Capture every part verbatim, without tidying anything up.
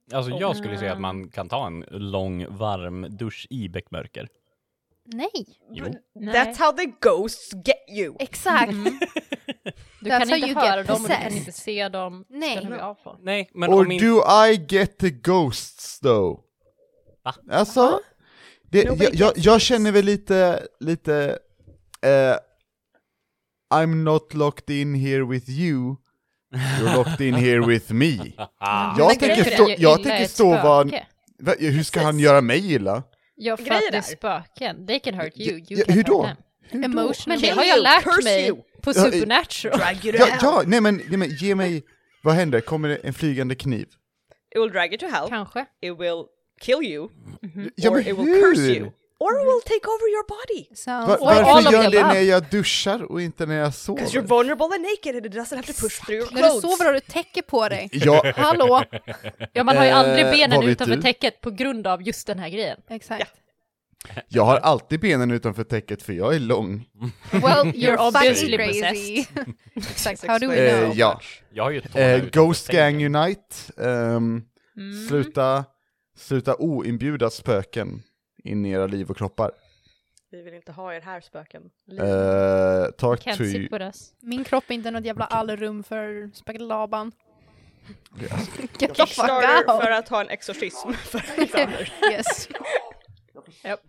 Alltså jag skulle säga att man kan ta en lång varm dusch i bäckmörker. Nej. Jo. That's how the ghosts get you. Exakt. Mm. Du That's kan how inte you höra get dem och du kan possessed. inte se dem. Nej. Ställer vi av på. Nej, men Or om in... do I get the ghosts though? Va? Alltså, det, Nobody jag, jag, gets jag känner väl lite, lite, eh, I'm not locked in here with you, you're locked in here with me. Ah. Jag Men tänker grejen är stå, att jag jag gillar tänker ett stå vad, spöke. va, hur ska han göra mig illa? Ja, för Grejen att det är är- spöken. They can hurt you, you Ja, can hur hurt då? them. Emotional. Men det Kill har jag you, lärt curse mig you. på Ja, i- Supernatural. Drag you to Ja, hell. ja nej, men, nej men ge mig, vad händer? Kommer det en flygande kniv? It will drag you to hell. Kanske. It will kill you. Ja, or men it will curse hur? you. Or it will take over your body. Sounds Va, all varför of gör the det above. när jag duschar och inte när jag Because you're sover? vulnerable and naked and it doesn't have to push through your När du clothes. sover har du täcke på dig. Ja, Hallå? Ja, man har ju aldrig Eh, benen vad vet utanför du? täcket på grund av just den här grejen. Exakt. jag har alltid benen utanför täcket för jag är lång. Well, you're, You're obviously fucking crazy. Exakt. How do we Eh, know? ja. Jag har ju tårna Eh, utanför Ghost sängen. Gang Unite. ehm, Sluta, sluta oinbjuda spöken in i era liv och kroppar. Vi vill inte ha er här, spöken. Uh, talk Can't to sit you. with us. Min kropp är inte något jävla allrum för spaghettlaban. Alltså, Get the fuck Kickstarter out. för att ha en exorcism för Alexander. Yes. Yep.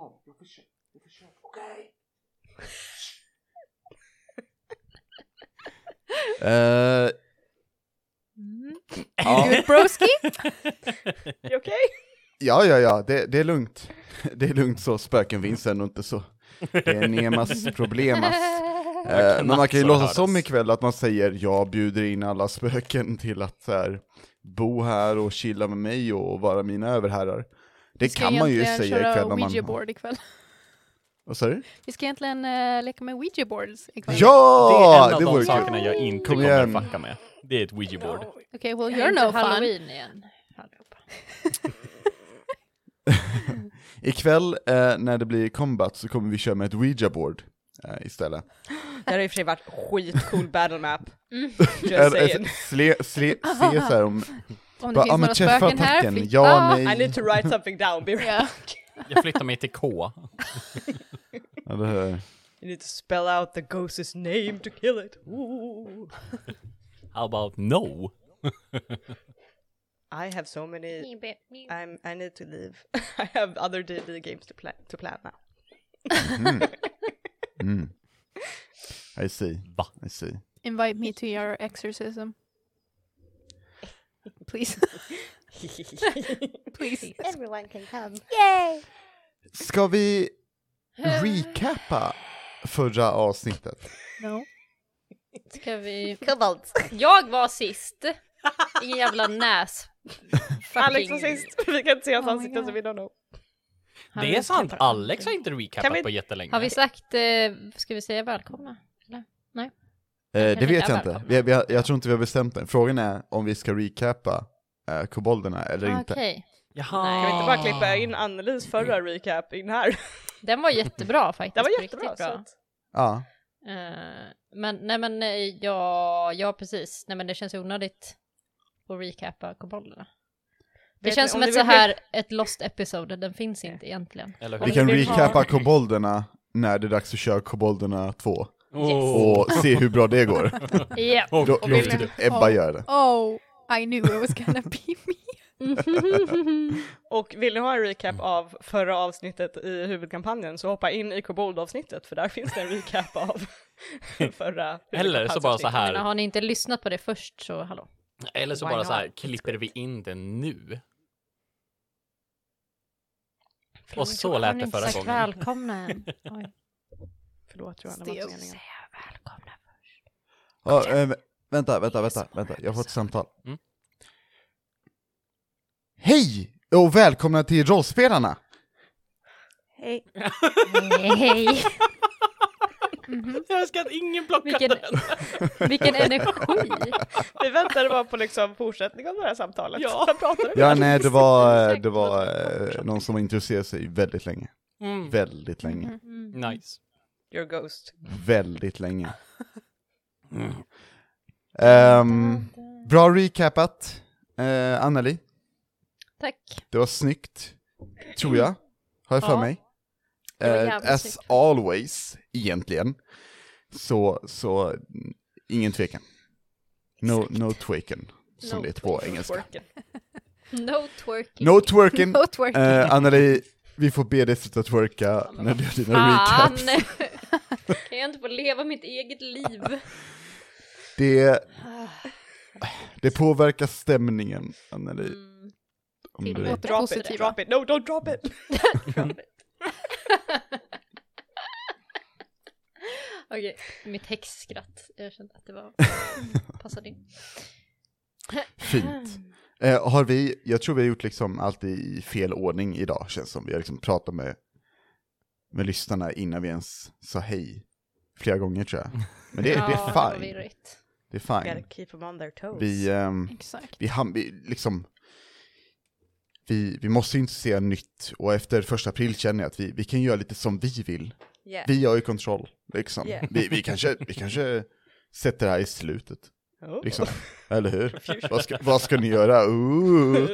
Eh, ja. Good broski? You okay? ja, ja, ja, det, det är lugnt. Det är lugnt så, spöken finns ändå inte så. Det är Nemas problemas. Eh, men man kan ju så låtsas höras. som ikväll att man säger jag bjuder in alla spöken till att så här, bo här och chilla med mig och vara mina överherrar. Det Vi ska kan man ju egentligen säga köra ikväll om man... Ouija board ikväll. Vad sa du? Vi ska egentligen uh, leka med Ouija boards ikväll. Ja! Det är en av det de vore sakerna kul. jag inte Kom kommer igen. fucka med. Det är ett Ouija board. Okej, well Det är you're inte no fun. Halloween igen. Allihopa. Ikväll eh, när det blir combat så kommer vi köra med ett Ouija board eh, istället. Det här har i och för sig varit skitcool battle map. Just Eh, eh, saying. sle, sle, se så här om... Om det Bara, finns ja, men några träffa spöken här, attacken. flytta. Ja, I nej. need to write something down. Be right Ja. Jag flyttar mig till K. Ja, det här. You need to spell out the ghost's name to kill it. Ooh. How about no? I have so many... I'm, I need to leave. I have other D and D games to, pla- to plan now. Mm. I see. Va? I see. Invite me to your exorcism. Please. Please. Everyone can come. Ska vi recappa förra avsnittet? No. Ska vi... Kobolt. Jag var sist. Ingen jävla näs. Alex var sist. Vi kan inte se hans Oh my ansikte God. så vi don't know. Han Det är sant. recappar. Alex har inte recapat Kan vi- på jättelänge. Har vi sagt, eh, ska vi säga välkomna? Eller? Nej. Eh, det Kanske vet inte jag är inte. välkomna. Vi, vi, har- jag tror inte vi har bestämt det. Frågan är om vi ska recappa eh, kobolderna eller Ah, inte. Okej. Jaha. Kan vi inte bara klippa in Annelies förra recap in här? Den var jättebra faktiskt. Det var på jättebra. riktigt Så bra. att, Ja. Eh, men nej men eh, ja, ja precis. Nej men det känns onödigt att recappa kobolderna. Det Vet känns ni, som om ett ni så vill- här ett lost episode. Den finns inte egentligen. Eller Om Vi hur? kan ni vill ha- recappa kobolderna när det är dags att köra kobolderna två. Oh. Och se hur bra det går. Ja. Oh, Lå- och Låt vill- det Ebba göra det. Oh, I knew it was gonna be me. och vill ni ha en recap av förra avsnittet i huvudkampanjen så hoppa in i kobold-avsnittet för där finns det en recap av förra Eller så bara så Men här. har ni inte lyssnat på det först så hallå. Eller så Why bara så här. not? Klipper vi in den nu? Förlåt, Och så Har lät ni det inte förra sagt gången. välkomna än? Oj. Förlåt Johanna, det var inte Still. meningen. Välkomna. Ja, eh, vä- vänta, vänta, vänta, vänta. Jag har fått ett samtal. Mm. Hej och välkomna till rollspelarna. Hej. Hej. Jag önskar att ingen plockade Vilken, den. vilken energi. Vi väntade bara på liksom fortsättning av det här samtalet. Ja. Vad pratade vi Ja, om? nej, det var, det var eh, någon som har intresserat sig väldigt länge. Mm. Väldigt länge. Nice. Your ghost. Väldigt länge. Mm. Ehm, bra recapat. Uh, Anneli, Tack. Det var snyggt, tror jag. Har jag för Ja. mig. Det var Eh, jävligt as snyggt. always, egentligen. Så, så mm, ingen tvekan. No, no twaken, som No det heter på engelska. Twerken. No twerking. No twerking. No twerking. Eh, Anneli, vi får be dig sluta twerka när du gör dina Fan! recaps. Kan jag inte få leva mitt eget liv? Det, det påverkar stämningen, Anneli. Mm. Om Till du... och med. Åter Drop it, positiva. drop it. No, don't drop it. Okej, mitt häxskratt. Jag kände att det var passade in. Fint. Eh, har vi, jag tror vi har gjort liksom allt i fel ordning idag, känns som. Vi har liksom pratat med, med lyssnarna innan vi ens sa hej flera gånger, tror jag. Men det, Ja, det det är var fine. virrigt. Det är Gotta fine. keep them on their toes. Vi, ehm, Exakt. vi, ham- vi liksom... Vi, vi måste ju inte se nytt. Och efter första april känner jag att vi, vi kan göra lite som vi vill. Yeah. Vi har ju kontroll, liksom. Yeah. Vi, vi, kanske, vi kanske sätter det här i slutet. Oh. Liksom. Eller hur? Vad ska, vad ska ni göra? Ooh.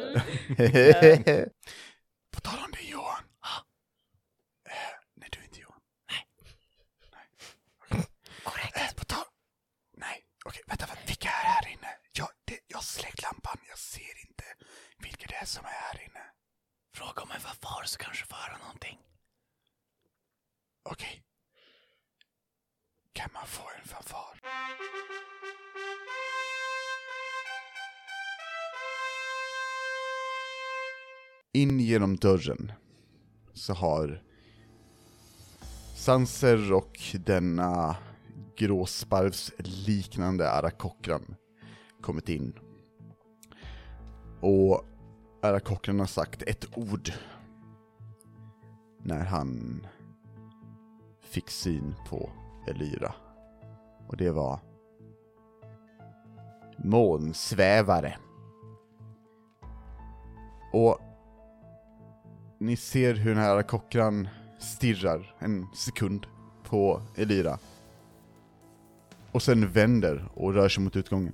På tal om det, Johan. Eh, nej, du är inte Johan. Nej. Nej. Korrekt. Eh, på tal... Nej, okej, vänta, vänta. Vilka är här inne? Jag, det, jag har släckt lampan, jag ser inte vilka det är som är här inne. Fråga om en farfar så kanske får höra någonting. Okej. Kan man få en fanfar? In genom dörren så har Sanser och denna gråsparvsliknande Arakokran kommit in. Och Arakokran har sagt ett ord när han fick syn på Elyra. Och det var månsvävare. Och ni ser hur den här kockran stirrar en sekund på Elyra. Och sen vänder och rör sig mot utgången.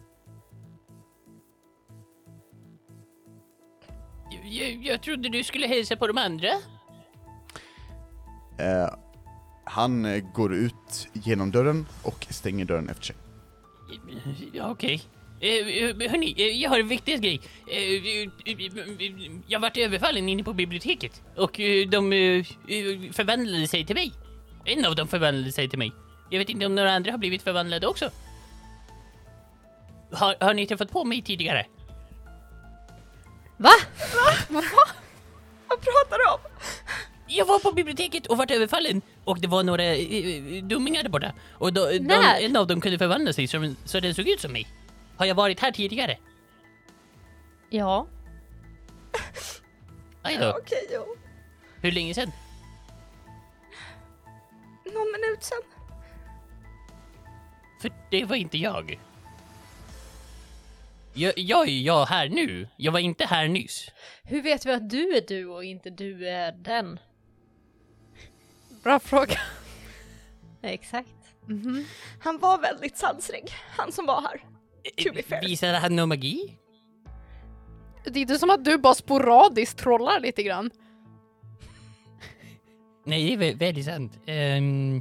Jag, jag trodde du skulle hälsa på de andra. Eh, han eh, går ut genom dörren och stänger dörren efter sig. Ja, okej. Eh, hörni, eh, jag har en viktig grej. Eh, eh, jag har varit överfallen inne på biblioteket. Och eh, de eh, förvandlade sig till mig. En av dem förvandlade sig till mig. Jag vet inte om några andra har blivit förvandlade också. Har, har ni träffat på mig tidigare? Va? Vad pratar du om? Jag var på biblioteket och vart överfallen. Och det var några eh, dummingar där borta. Och då, de, När? en av dem kunde förvandla sig så, så den såg ut som mig. Har jag varit här tidigare? Ja. Aj då. Ja, okej, jo. Hur länge sedan? Någon minut sen. För det var inte jag. Jag, jag är jag här nu. Jag var inte här nyss. Hur vet vi att du är du och inte du är den? Bra fråga. Exakt. Mhm. Han var väldigt sansrig, han som var här. To be fair. Visade han någon magi? Det är inte som att du bara sporadiskt trollar lite grann. Nej, det är vä- väldigt sant. Um...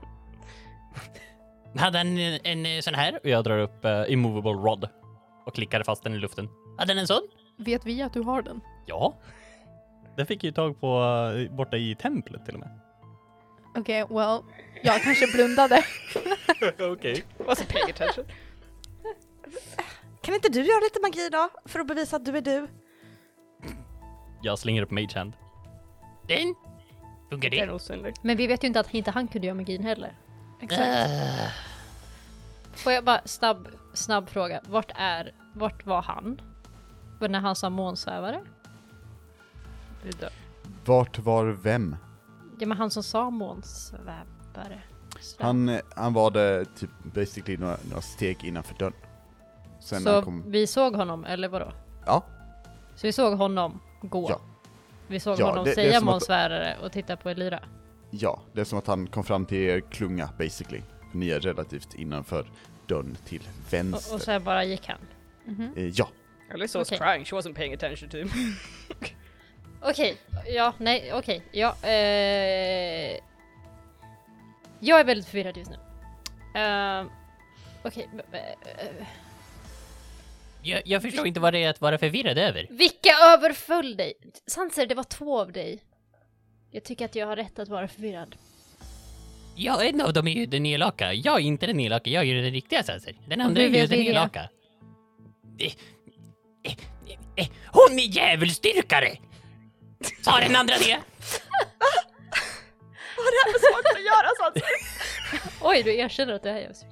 Hade han en, en sån här? Och jag drar upp uh, immovable rod och klickar fast den i luften. Hade han en sån? Vet vi att du har den? Ja. Den fick jag tag på uh, borta i templet till och med. Okej, okay, well, jag kanske blundade. Okej. Okay. Wasn't paying attention. Kan inte du göra lite magi då? För att bevisa att du är du? Jag slänger upp mage hand. Den? Funkar Det är det? nog synligt. Men vi vet ju inte att inte han kunde göra magin heller. Exakt. Uh, Får jag bara snabb, snabb fråga. Vart är, vart var han? Var när han sa månsvävare? Du är död. Vart var vem? Ja, men han som sa månsvävare. Så, Han, eh, han var det typ basically några, några steg innanför dörren. Sen så han kom... vi såg honom, eller vadå? Ja, Så vi såg honom gå? Ja. Vi såg Ja, honom det- det är säga som att- månsvärare och titta på Elyra? ja. Det är som att han kom fram till er klunga basically. Ni är relativt innanför dörren till vänster. Och, och sen bara gick han? Mhm. Eh, ja, Alyssa was Okej. crying, she wasn't paying attention to him. Okej, ja, nej, okej, ja. Eh, jag är väldigt förvirrad just nu. Uh, okej. Uh, Jag, jag förstår inte vad det är att vara förvirrad över. vilka överföll dig? Sanser, det var två av dig. Jag tycker att jag har rätt att vara förvirrad. Ja, en av dem är ju den elaka. Jag är inte den elaka, jag är ju den riktiga Sanser. Den andra du är ju vet den det. elaka. Eh, eh, eh, Hon är djävulsdyrkare! Sa den andra det? Vad är det här för saker att göra, Sanser? Oj, du erkänner att det här är jag.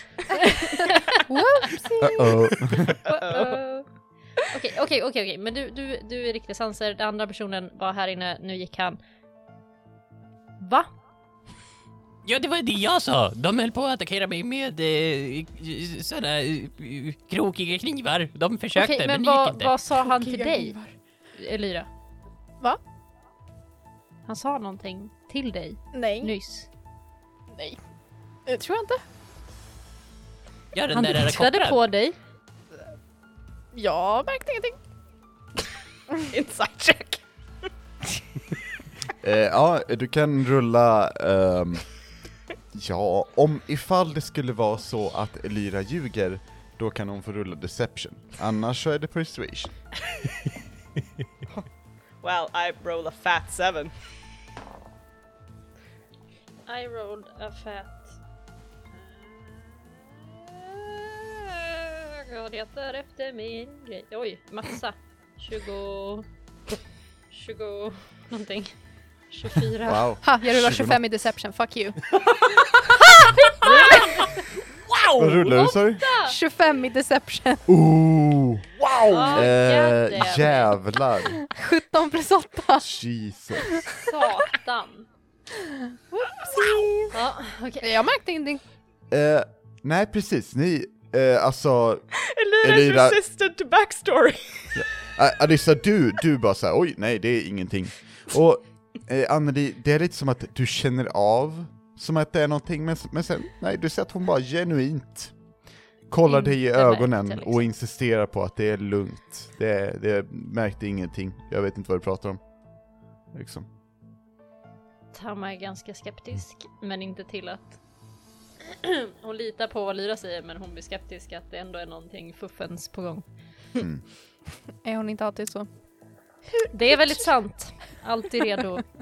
Uh-oh. Uh-oh. Okej, okej, okej, okej. Men du, du, du är riktigt Sanser. Den andra personen var här inne, nu gick han. Va? Ja, det var det jag sa. De höll på att attackera mig med eh, sådana eh, krokiga knivar. De försökte, Okej, men men det gick vad, inte. vad sa han till Krokiga dig, knivar. Elira? Va? Han sa någonting till dig Nej. nyss. Nej. Det tror jag inte. Ja, den Han där är tittade kopplad. på dig. Jag märkte ingenting. Inside check. Eh, ja, du kan rulla... ehm, ja, om ifall det skulle vara så att Elira ljuger, då kan hon få rulla deception. Annars så är det persuasion. Well, I roll a fat seven. I rolled a fat. Jag letar efter min grej. Oj, massa. tjugo... tjugo... någonting. tjugofyra. Wow. Ha, jag rullar tjugo tjugofem i deception, fuck you. Vad rullar du, sorry? tjugofem i deception. Ooh! Wow! Eh, jävlar. sjutton plus åtta. Jesus. Satan. Ja, okej. Jag märkte ingenting. Eh, nej, precis. Ni, eh, alltså... Elira's Elira- resistant to backstory. Ä- Alyssa, du, du bara såhär, oj, nej, det är ingenting. Och eh, Anneli, det är lite som att du känner av som att det är någonting, men, men sen, nej, du ser att hon bara genuint kollar Inte dig i märkte, ögonen liksom. och insisterar på att det är lugnt. Det, det märkte ingenting. Jag vet inte vad du pratar om. Liksom. Tamma är ganska skeptisk, men inte till att hon litar på vad Lyra säger, men hon blir skeptisk att det ändå är någonting fuffens på gång. Mm. Är hon inte alltid så? Det är väldigt sant. Alltid redo. um,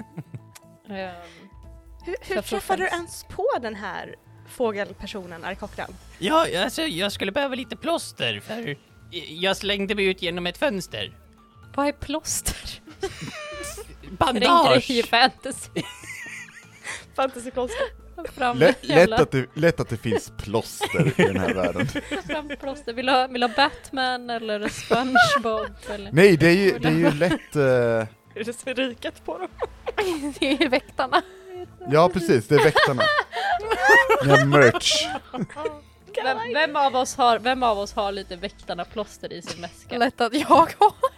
Hur, hur För träffade du fuffens. ens på den här fågelpersonen, Arkokran? Ja, alltså jag skulle behöva lite plåster för jag slängde mig ut genom ett fönster. vad är plåster? Är det en Bandage! grej i fantasy? Fantasykonst. Fram, Lätt, lätt, jävla, att det, lätt att det finns plåster i den här världen. fram plåster. Vill du ha, vill du ha Batman eller SpongeBob? Eller? Nej, det är ju, det är ju lätt... eh, Är det så riket på dem? Det är väktarna. ja, precis, det är väktarna. Ni har merch. Vem, vem, av oss har, vem av oss har lite väktarna plåster i sin väska? Lätt att jag har.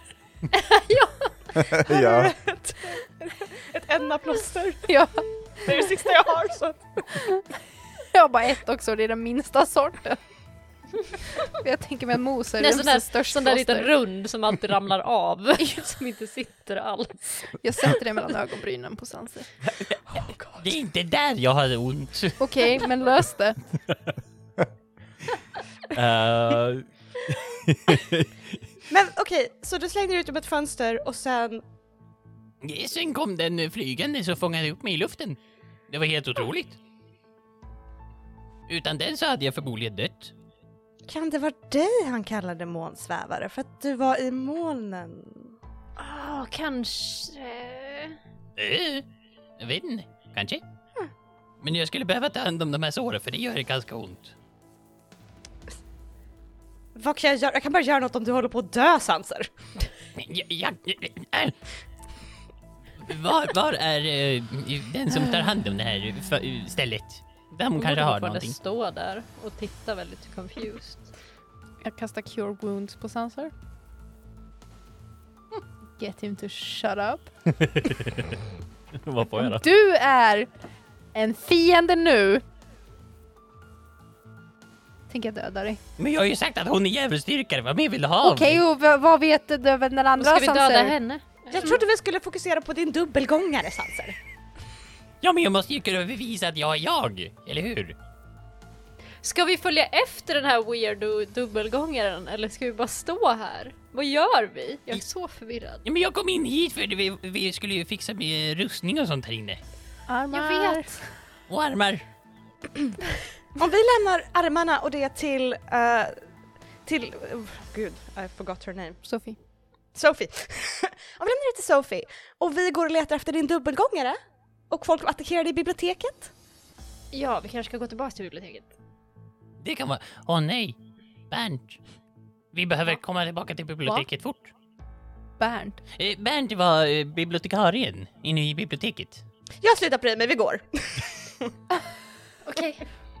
ja. Ett, ett enda plåster. Ja, Det är det sista jag har, så att... jag har bara ett också, det är den minsta sorten. Jag tänker mig att mos är Nej, den sån där, största sån där liten plåster. rund som alltid ramlar av. Som inte sitter alls. Jag sätter det mellan ögonbrynen på Sanser. Det är inte där jag hade ont. Okej, men lös det. Uh, Men okej, så du slängde ut genom ett fönster och sen... sen kom den flygande så fångade upp mig i luften. Det var helt otroligt. Utan den så hade jag förmodligen dött. Kan det vara dig han kallade månsvävare? För att du var i molnen? Åh, kanske... Uh, jag vet inte, kanske. Men jag skulle behöva ta hand om de här såren för det gör det ganska ont. Vad kan jag göra? Jag kan bara göra något om du håller på att dö, Sanser. Ja, ja, äh. Var, var är uh, den som tar hand om det här f- stället? De Hon kanske borde har fortfarande någonting. stå där och titta väldigt confused. Jag kastar cure wounds på Sanser. Get him to shut up. Vad får jag då? Du är en fiende nu. tänker jag döda dig. Men jag har ju sagt att hon är djävulsdyrkare. Vad mer vill du ha? Okej, och v- vad vet du den andra Ska vi döda Sanser? henne? Jag trodde vi skulle fokusera på din dubbelgångare, Sanser. Ja, men jag måste ju kunna bevisa att jag är jag. Eller hur? Ska vi följa efter den här weirdo dubbelgångaren eller ska vi bara stå här? Vad gör vi? Jag är så förvirrad. Ja, men jag kom in hit för vi, vi skulle ju fixa med rustning och sånt här inne. Armar. Jag vet. Och armar. Om vi lämnar armarna och det till... Uh, till... Oh, gud, I forgot her name. Sophie. Sophie. Om vi lämnar det till Sophie och vi går och letar efter din dubbelgångare och folk attackerar dig i biblioteket. Ja, vi kanske ska gå tillbaka till biblioteket. Det kan vara... Åh nej. Bernt. Vi behöver komma tillbaka till biblioteket fort. Bernt. Eh, Bernt var eh, bibliotekarien inne i biblioteket. Jag slutar bry mig, vi går. Okej.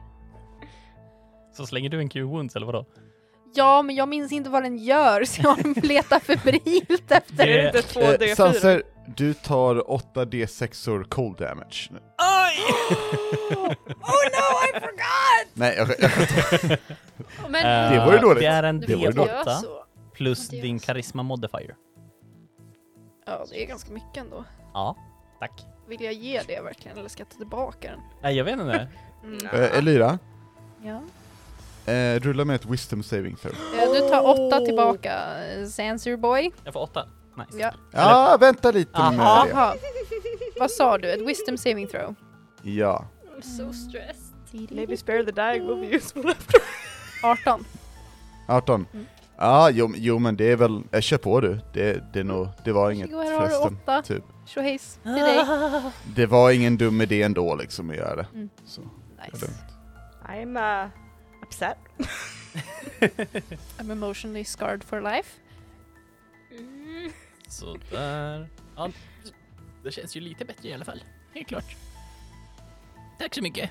Så slänger du en Q-wounds eller vadå? Ja, men jag minns inte vad den gör så jag letar febrilt efter Det är Det- inte två D Eh, fyra. Sanser, du tar åtta D sex-or cold damage. Oj! Oh no, I forgot! Nej, jag, jag, Men Det vore dåligt. Det är en du det får vore inte dåligt. göra D åtta så. plus Det är din också- karisma modifier. Ja, det är ganska mycket ändå. Ja, tack. Vill jag ge det verkligen eller ska jag ta tillbaka den? Nej, jag vet inte. Mm. eh, Elira, Ja. eh, rulla med ett wisdom saving throw. Eh, Du tar åtta tillbaka, eh, Sanser boy. Jag får åtta. Nice. Ja. Ja, vänta lite Aha. med det. Jaha. Vad sa du? Ett wisdom saving throw? Ja. I'm so stressed. Maybe spare the die will be useful after. arton. arton. Mm. Ja, jo, jo men det är väl, jag kör på du. Det, det, är nog, det var inget Varsågod, här har du förresten. åtta. Typ. Tjohejs till dig. Det var ingen dum idé ändå liksom att göra det. Mm. Så, Nice. I'm uh, upset. I'm emotionally scarred for life. Mm. Så där. Ja, det känns ju lite bättre i alla fall. Helt klart. Tack så mycket.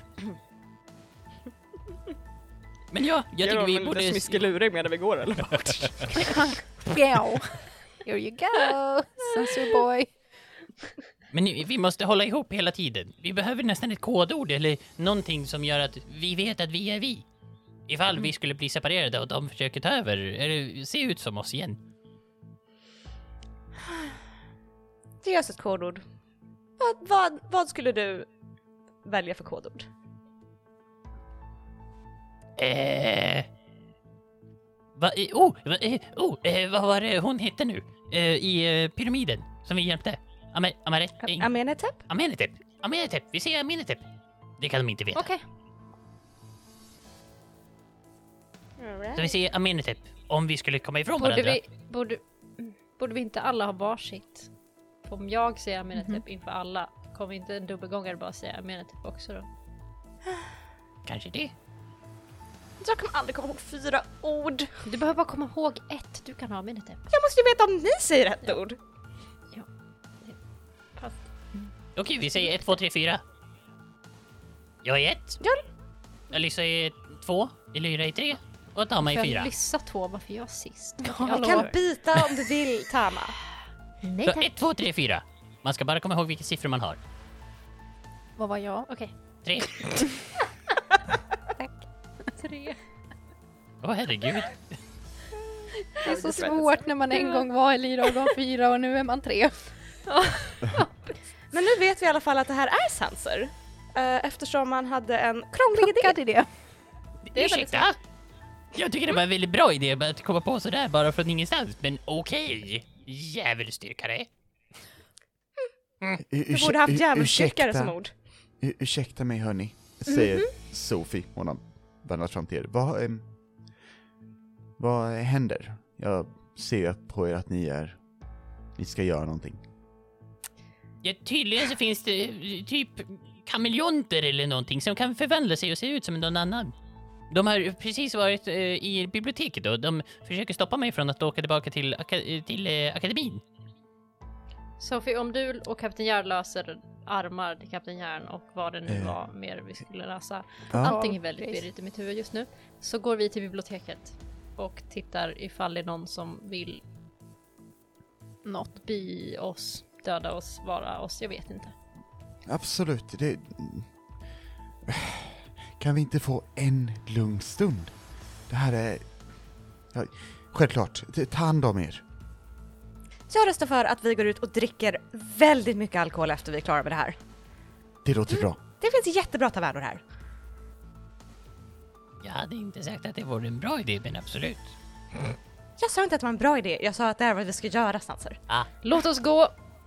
Men ja, jag tycker vi borde... lite smiskelurig medan vi går eller? Meow. Here you go, Sanser boy. Men vi måste hålla ihop hela tiden. Vi behöver nästan ett kodord eller någonting som gör att vi vet att vi är vi. Ifall vi skulle bli separerade och de försöker ta över eller se ut som oss igen. Ge oss ett kodord. Vad, vad, vad skulle du välja för kodord? Eh... Va, eh, oh, va, eh, oh, eh, vad var det hon hette nu? Eh, I eh, pyramiden som vi hjälpte. Amer, Amaret, eh, Amenetep? Amenetep. Amenetep. Vi säger Amenetep. Det kan de inte veta. Okej. Så vi säger Amenetep om vi skulle komma ifrån Borde varandra. vi, borde, mm, borde vi inte alla ha varsitt? För om jag säger Amenetep Mhm. inför alla, kommer inte en dubbelgångare bara säga Amenetep också då? Kanske det. Jag kommer aldrig komma ihåg fyra ord. Du behöver bara komma ihåg ett, du kan ha Amenetep. Jag måste ju veta om ni säger ett Ja. ord. Fast Okej, vi säger ett, två, tre, fyra. Jag är ett. Ja. Alyssa är två. Elyra är tre. Och Tama är får fyra. jag lyssa två, varför jag sist? Jag kan byta om du vill, Tama. Nej Så tack. ett, två, tre, fyra. Man ska bara komma ihåg vilka siffror man har. Vad var jag? Okej, Tre. tre. Åh herregud. Det är så svårt när man en gång var i Lyra och gav fyra och nu är man tre. Men nu vet vi i alla fall att det här är Sanser. Uh, eftersom man hade en krånglig idé. Puckad idé. Det är väldigt Ursäkta? Jag tycker det var en väldigt bra idé att komma på sådär bara från ingenstans. Men okej. Djävulsdyrkare. Du borde haft djävulsdyrkare som ord. U- ursäkta mig hörni, säger Mhm. Sophie. Hon har vandrat fram till er. Vad, ehm, vad händer? Jag ser på er att ni är... Ni ska göra någonting. Ja, tydligen så finns det eh, typ kameleonter eller någonting som kan förvandla sig och se ut som någon annan. De har precis varit eh, i biblioteket och de försöker stoppa mig från att åka tillbaka till, aka- eh, till eh, akademin. Sofie, om du och Kapten Järn löser armar till Kapten Järn och vad det nu Eh. var mer vi skulle läsa. Ja. Allting är väldigt Precis. virrigt i mitt huvud just nu. Så går vi till biblioteket och tittar ifall det är någon som vill Något. bi oss, döda oss, vara oss. Jag vet inte. Absolut, det... Kan vi inte få en lugn stund? det här är... Ja, självklart, ta hand om er. Så jag röstar för att vi går ut och dricker väldigt mycket alkohol efter vi är klara med det här. Det låter bra. Det finns jättebra tavernor här. Jag hade inte sagt att det var en bra idé, men absolut. Jag sa inte att det var en bra idé. Jag sa att det är vad vi ska göra, Sanser. Ah, Låt oss gå!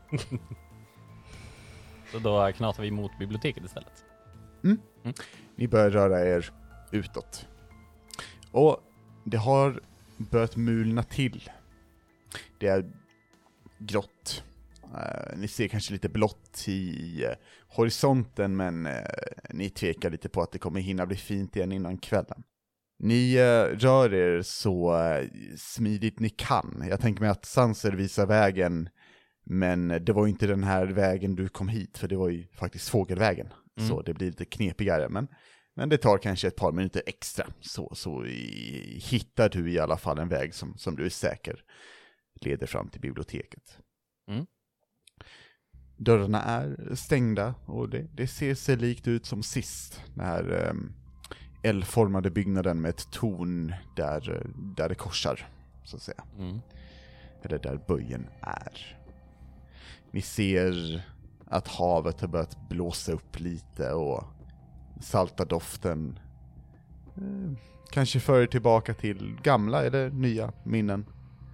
Så då knatar vi mot biblioteket istället. Ni börjar röra er utåt. Och det har börjat mulna till. Det är grått. Uh, ni ser kanske lite blått i uh, horisonten, men uh, ni tvekar lite på att det kommer hinna bli fint igen innan kvällen. Ni uh, rör er så uh, smidigt ni kan. Jag tänker mig att Sanser visar vägen, men det var ju inte den här vägen du kom hit, för det var ju faktiskt fågelvägen. Mm. Så det blir lite knepigare, men, men det tar kanske ett par minuter extra. Så, så i, hittar du i alla fall en väg som, som du är säker leder fram till biblioteket. Mm. Dörrarna är stängda och det, det ser sig likt ut som sist. Den här um, L-formade byggnaden med ett torn där, där det korsar, så att säga. Mm. Eller där böjen är. Ni ser att havet har börjat blåsa upp lite och salta doften eh, kanske för er tillbaka till gamla eller nya minnen.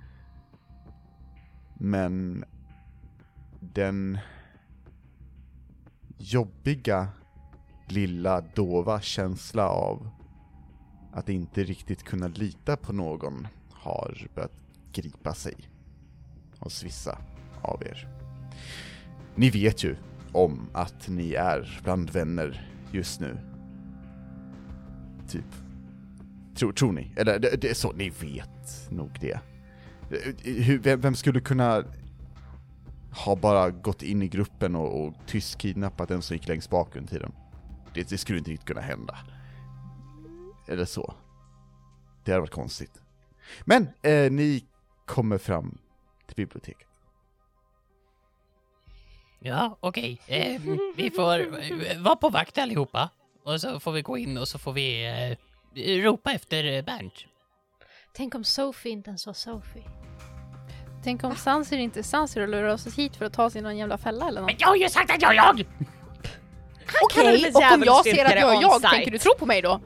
Men den jobbiga lilla dova känsla av att inte riktigt kunna lita på någon har börjat gripa sig hos vissa av er. Ni vet ju om att ni är bland vänner just nu. Typ. Tror, tror ni? Eller det, det är så, ni vet nog det. Hur, vem, vem skulle kunna ha bara gått in i gruppen och, och tyst kidnappat den som gick längst bak under tiden? Det, det skulle inte riktigt kunna hända. Eller så. Det hade varit konstigt. Men eh, ni kommer fram till biblioteket. ja, okej. Okay. Eh, vi får eh, vara på vakt allihopa. Och så får vi gå in och så får vi eh, ropa efter Bernt. Tänk om Sophie inte ens var Sophie. Tänk om Sanser inte är Sanser och lurar oss hit för att ta sin någon jävla fälla eller något. Men jag har ju sagt att jag är jag! Okej, och om jag ser att jag är jag, tänker du tro på mig då?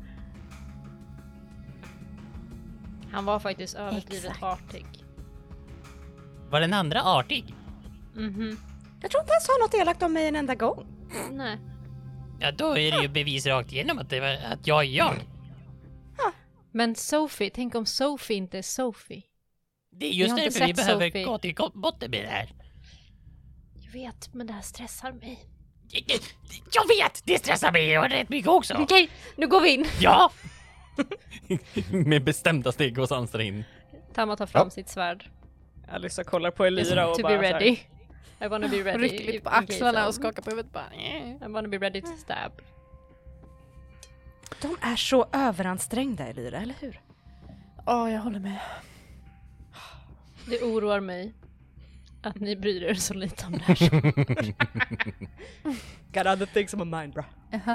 Han var faktiskt överdrivet Exakt. artig. Var den andra artig? Mhm. Jag tror inte han sa något elakt om mig en enda gång. Nej. Ja, då är det ju bevis rakt igenom att, det var, att jag är jag. Men Sophie, tänk om Sophie inte är Sophie. Det är Jag just har inte därför vi sett behöver Sophie. gå till botten med det här. Jag vet, men det här stressar mig. Jag vet! Det stressar mig och rätt mycket också. Okej, nu går vi in. Ja! Med bestämda steg går Sanser in. Tamma tar fram Ja. sitt svärd. Alyssa kollar på Elira och To bara be så här, ready. I wanna be ready. Rycker lite på in case axlarna of- och skakar på huvudet bara. eh. I wanna be ready to stab. De är så överansträngda, Elira, eller hur? Ja, jag håller med. Det oroar mig att ni bryr er så lite om det här. got other things on my mind, bra.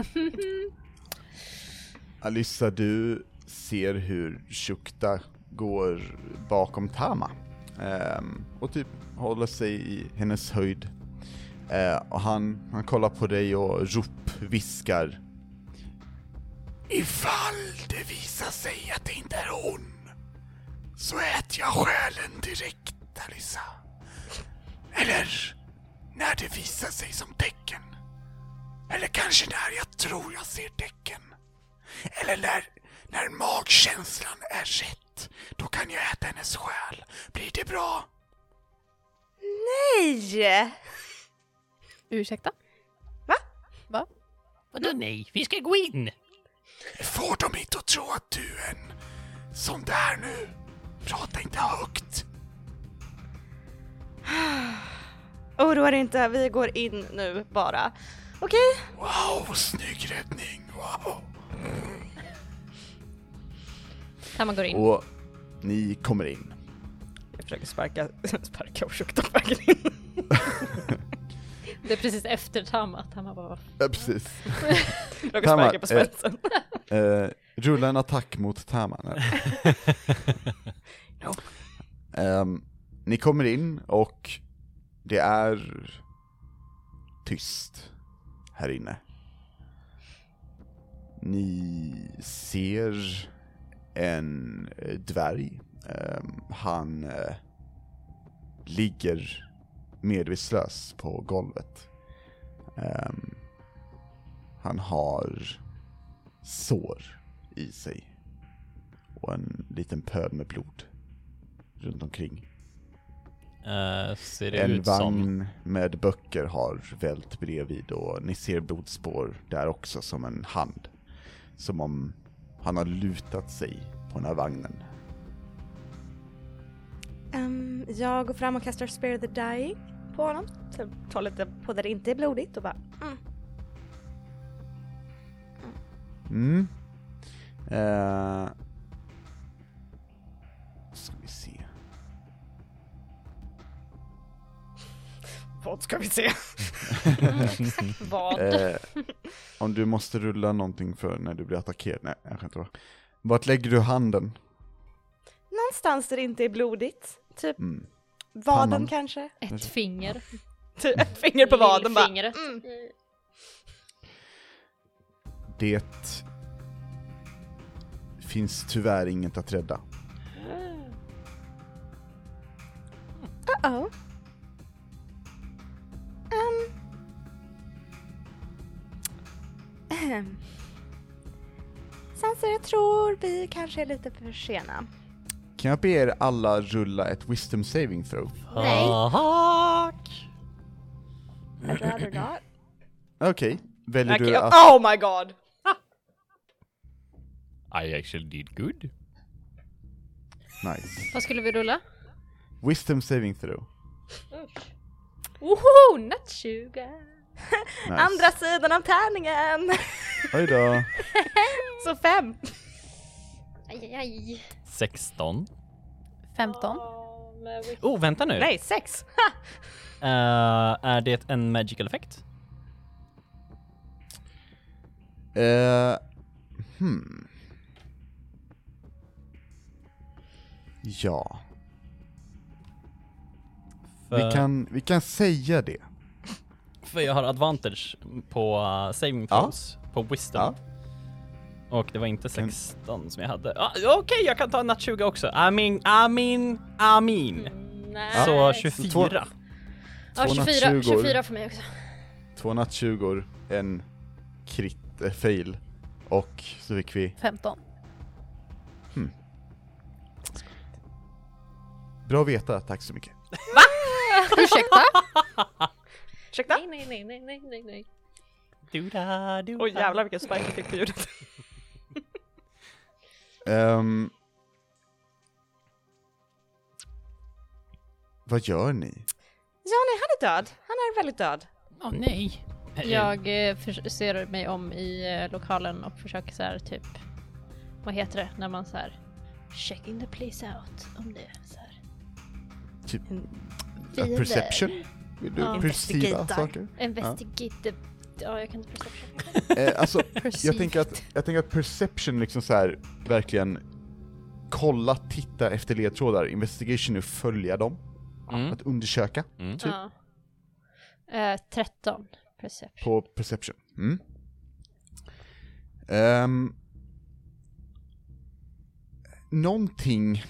Alyssa, du ser hur Shukta går bakom Tama. Ehm, och typ håller sig i hennes höjd. Ehm, och han, han kollar på dig och ropviskar. Ifall det visar sig att det inte är hon, så äter jag själen direkt, Alyssa. Eller när det visar sig som tecken. Eller kanske när jag tror jag ser tecken. Eller när, när magkänslan är rätt. Då kan jag äta hennes själ. Blir det bra? Nej! Ursäkta? Vadå nej? Vi ska gå in! Får de inte att tro att du är en sån där nu? Prata inte högt. Oroa dig inte, vi går in nu bara. Okej? Wow, snygg räddning. Wow. Tamma går in. Och ni kommer in. Jag försöker sparka, sparka och Shukta på vägen in. Det är precis efter Tamma. Tamma bara... Ja, precis. Jag försöker Tamma, sparka på spetsen. Eh, rulla en attack mot Taman. No. um, ni kommer in och det är tyst här inne. Ni ser en dvärg. Um, han uh, ligger medvetslös på golvet. Um, han har sår i sig och en liten pöl med blod runt omkring. Uh, ser det En ut vagn som... med böcker har vält bredvid och ni ser blodspår där också som en hand. Som om han har lutat sig på den här vagnen. Um, jag går fram och kastar Spare the Dying på honom. Så tar lite på där det inte är blodigt och bara... Mm. Mm. Uh, ska vi se. Vad ska vi se? Vad? Uh, om du måste rulla någonting för när du blir attackerad. Nej, jag kan inte vara. Vart lägger du handen? Någonstans där det inte är blodigt. Typ Mm. vaden Pannan. kanske. Ett finger. Typ ett finger på vaden bara. Lillfingret. Mm. Det finns tyvärr inget att rädda. Uh-oh. Um. Ahem. Sansa, jag tror vi kanske är lite för sena. Kan jag be er alla rulla ett wisdom saving throw? Nej. Fuck! I'd rather not. Okej, okay. Väljer Okay. du att... Oh my god! I actually did good. Nice. Vad skulle vi rulla? Wisdom saving throw. Woho! Not sugar! Nice. Andra sidan av tärningen. Oj då. Så fem. Aj, aj, aj. sexton. femton. Oh, vänta nu. Nej, sex! Uh, är det en magical effect? Uh, hmm. Ja. För, Vi kan, vi kan säga det. för jag har advantage på uh, saving throws på wisdom. Ja. Och det var inte sexton som jag hade. Ah, Okej, okay, jag kan ta en nat tjugo också. I mean, I mean, I mean. Nej. Så tjugofyra. Ja, tjugofyra, tjugofyra för mig också. Två nat tjugo, en crit, eh, fail. Och så fick vi... femton. Bra att veta, tack så mycket. Ursäkta? Ursäkta? Nej, nej, nej, nej, nej, nej, nej. Du-da, du-da. Oj jävlar vilken spike jag fick på ljudet. Um, vad gör ni? Ja, nej, han är död. Han är väldigt död. Åh oh, nej. Jag eh, för- ser mig om i eh, lokalen och försöker så här typ, vad heter det när man så här checking the place out, om det är så här. Typ Vi är perception? Vill du Ja. perceiva Investigator. saker? Investigate the... Ja, jag kan inte perception. Eh, alltså, jag Perceived. tänker, att, jag tänker att perception liksom så här verkligen kolla, titta efter ledtrådar. Investigation är att följa dem. Mm. Att undersöka Mm. typ, Ja. Eh, tretton perception. på perception. Mm. Um, någonting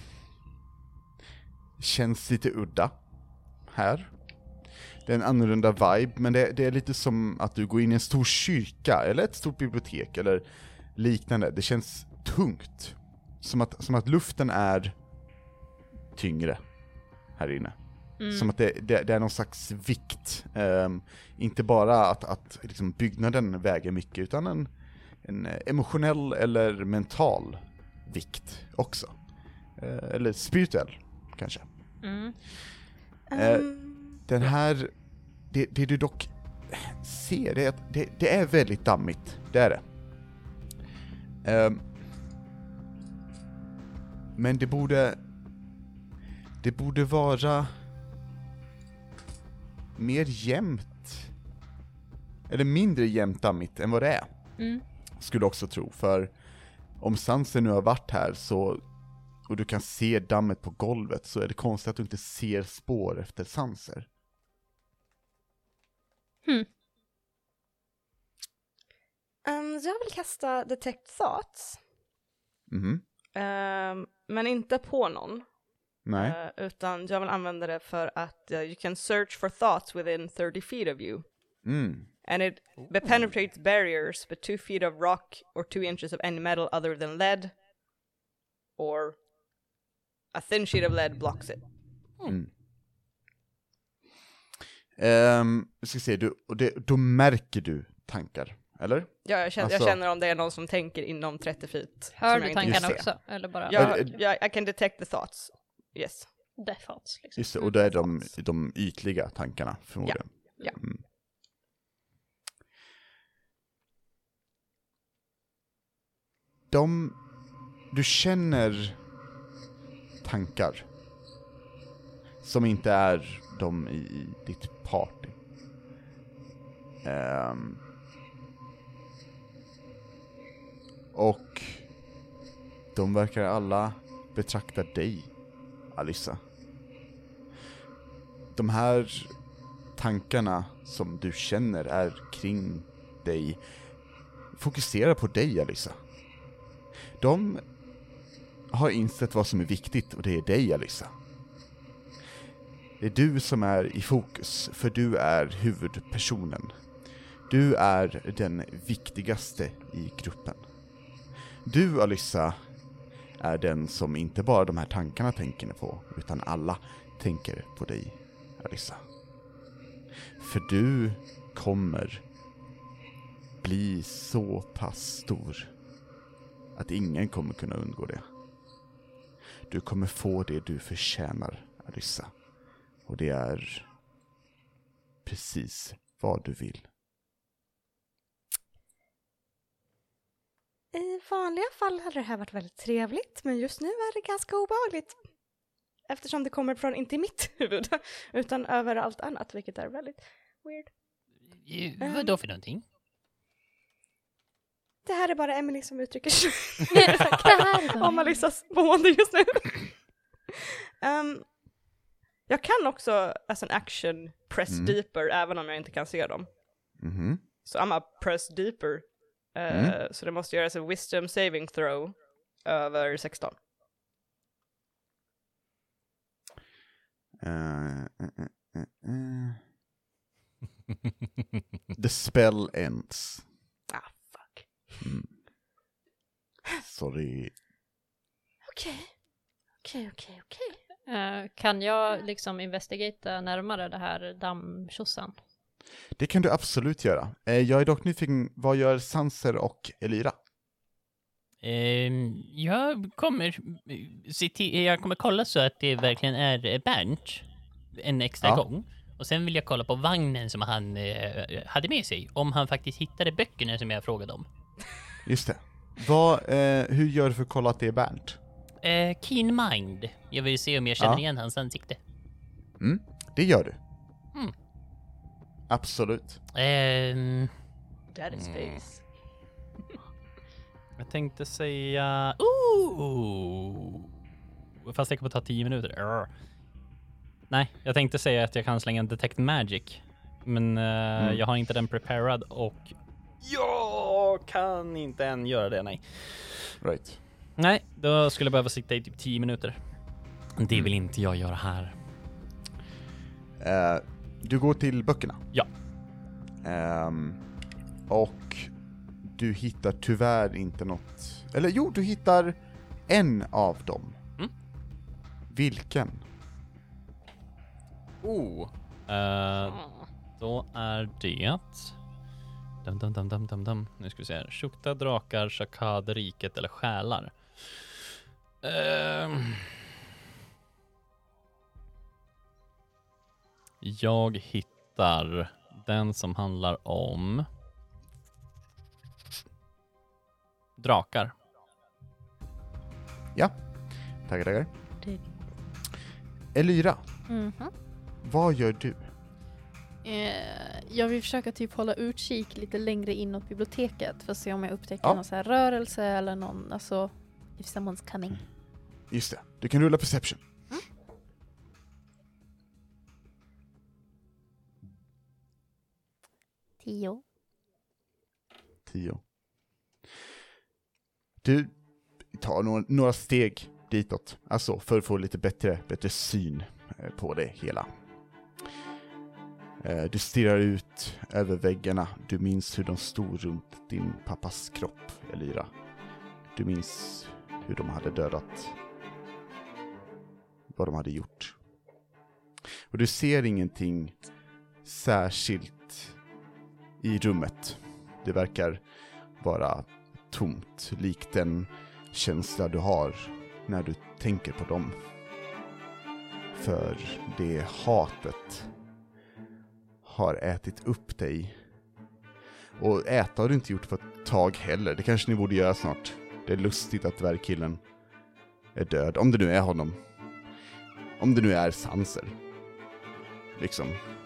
känns lite udda här. Det är en annorlunda vibe, men det, det är lite som att du går in i en stor kyrka eller ett stort bibliotek eller liknande. Det känns tungt. Som att, som att luften är tyngre här inne. Mm. Som att det, det, det är någon slags vikt. Um, inte bara att, att liksom byggnaden väger mycket, utan en, en emotionell eller mental vikt också. Uh, eller spirituell, kanske. Mm. Eh, Um, Den här, det, det du dock ser är att det, det är väldigt dammigt, det är det. Um, men det borde, det borde vara mer jämnt, eller mindre jämnt dammigt än vad det är. Mm. Skulle också tro, för om Sanser nu har varit här så, och du kan se dammet på golvet, så är det konstigt att du inte ser spår efter Sanser. Hmm. Um, jag vill kasta Detect Thoughts. Mhm. Um, men inte på någon. Nej. Uh, utan jag vill använda det för att uh, you can search for thoughts within thirty feet of you. Mm. And it be- penetrates barriers but two feet of rock or two inches of any metal other than lead. Or a thin sheet of lead blocks it. Mm. Um, jag ska se, du, och det, då märker du tankar, eller? Ja, jag känner, Alltså- jag känner om det är någon som tänker inom thirty feet. Hör som du jag inte tankarna ser. också? Eller bara Ja, Eller- ja, I can detect the thoughts. Yes. defaults liksom? Just det, och då är de, de ytliga tankarna förmodligen. Ja. Mm. De, du känner tankar som inte är de i, i ditt party. Ehm. och de verkar alla betrakta dig, Alyssa. De här tankarna som du känner är kring dig fokuserar på dig, Alyssa. De har insett vad som är viktigt, och det är dig, Alyssa. Det är du som är i fokus, för du är huvudpersonen. Du är den viktigaste i gruppen. Du, Alyssa, är den som inte bara de här tankarna tänker på, utan alla tänker på dig, Alyssa. För du kommer bli så pass stor att ingen kommer kunna undgå det. Du kommer få det du förtjänar, Alyssa. Och det är precis vad du vill. I vanliga fall hade det här varit väldigt trevligt, men just nu är det ganska obehagligt. Eftersom det kommer från, inte i mitt huvud, utan över allt annat, vilket är väldigt weird. Eh, Vad då för någonting? Det här är bara Emily som uttrycker sig Det här var- om Alyssas mående just nu. um, Jag kan också, as an action, press Mm. deeper även om jag inte kan se dem. Mhm. Så I'm a press deeper. Uh, Mm. Så det måste göras en wisdom saving throw över sexton. Uh, uh, uh, uh, uh. The spell ends. Ah, fuck. Mm. Sorry. Okej, okej, okej, okej. Eh, kan jag liksom investigata närmare det här dammtjossan? Det kan du absolut göra. Eh, jag är dock nyfiken, vad gör Sanser och Elyra? Ehm, jag kommer eh, se till, jag kommer kolla så att det verkligen är eh, Bernt en extra Ja. gång. Och sen vill jag kolla på vagnen som han eh, hade med sig. Om han faktiskt hittade böckerna som jag frågade om. Just det. Vad, eh, hur gör du för att kolla att det är Bernt? Eh, keen mind. Jag vill se om jag känner Ja. igen hans ansikte. Mm, det gör du. Mm. Absolut. Ehm, That is face. Jag tänkte säga... Ooh! Fast det kommer ta tio minuter. Arr. Nej, jag tänkte säga att jag kan slänga en Detect Magic. Men eh, Mm. jag har inte den preparad och... Jag kan inte än göra det, nej. Right. Nej, då skulle jag behöva sitta i typ tio minuter. Det vill inte jag göra här. Eh, du går till böckerna. Ja. Ehm, och du hittar tyvärr inte något... Eller jo, du hittar en av dem. Mm. Vilken? Oh. Uh, då är det... Dum, dum, dum, dum, dum, dum. Nu ska vi se här. Shukta, drakar, Shakad, riket eller själar. Ehm. Jag hittar den som handlar om drakar. Ja. Tackar, tackar. Elyra, Mhm. vad gör du? Eh, jag vill försöka typ hålla utkik lite längre inåt biblioteket för att se om jag upptäcker Ja. någon så här rörelse eller någon, alltså if someone's coming. Just det, du kan rulla perception. Tio. Tio. Du tar några, några steg ditåt, alltså för att få lite bättre, bättre syn eh, på det hela. Eh, du stirrar ut över väggarna. Du minns hur de stod runt din pappas kropp, Elira. Du minns hur de hade dödat, vad de hade gjort. Och du ser ingenting särskilt i rummet. Det verkar vara tomt, likt den känsla du har när du tänker på dem. För det hatet har ätit upp dig. Och äta har du inte gjort på ett tag heller. Det kanske ni borde göra snart. Det är lustigt att dvärgkillen är död. Om det nu är honom. Om det nu är Sanser. Liksom.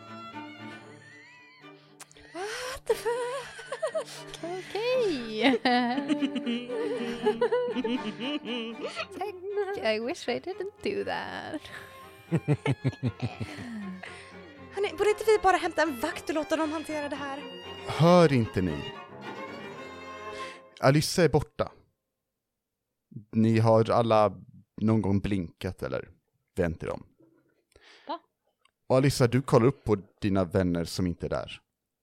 What the fuck? Okej. I wish I didn't do that. Hörrni, borde inte vi bara hämta en vakt och låta dem hantera det här? Hör inte ni? Alyssa är borta. Ni har alla någon gång blinkat eller vänt er om. Va? Och Alyssa, du kollar upp på dina vänner som inte är där.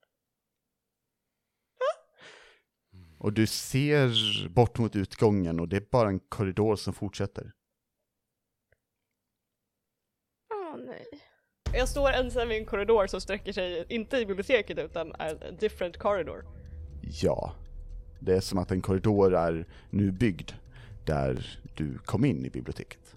Och du ser bort mot utgången och det är bara en korridor som fortsätter. Åh nej. Jag står ensam i en korridor som sträcker sig inte i biblioteket utan a different corridor. Ja, det är som att en korridor är nu byggd där du kom in i biblioteket.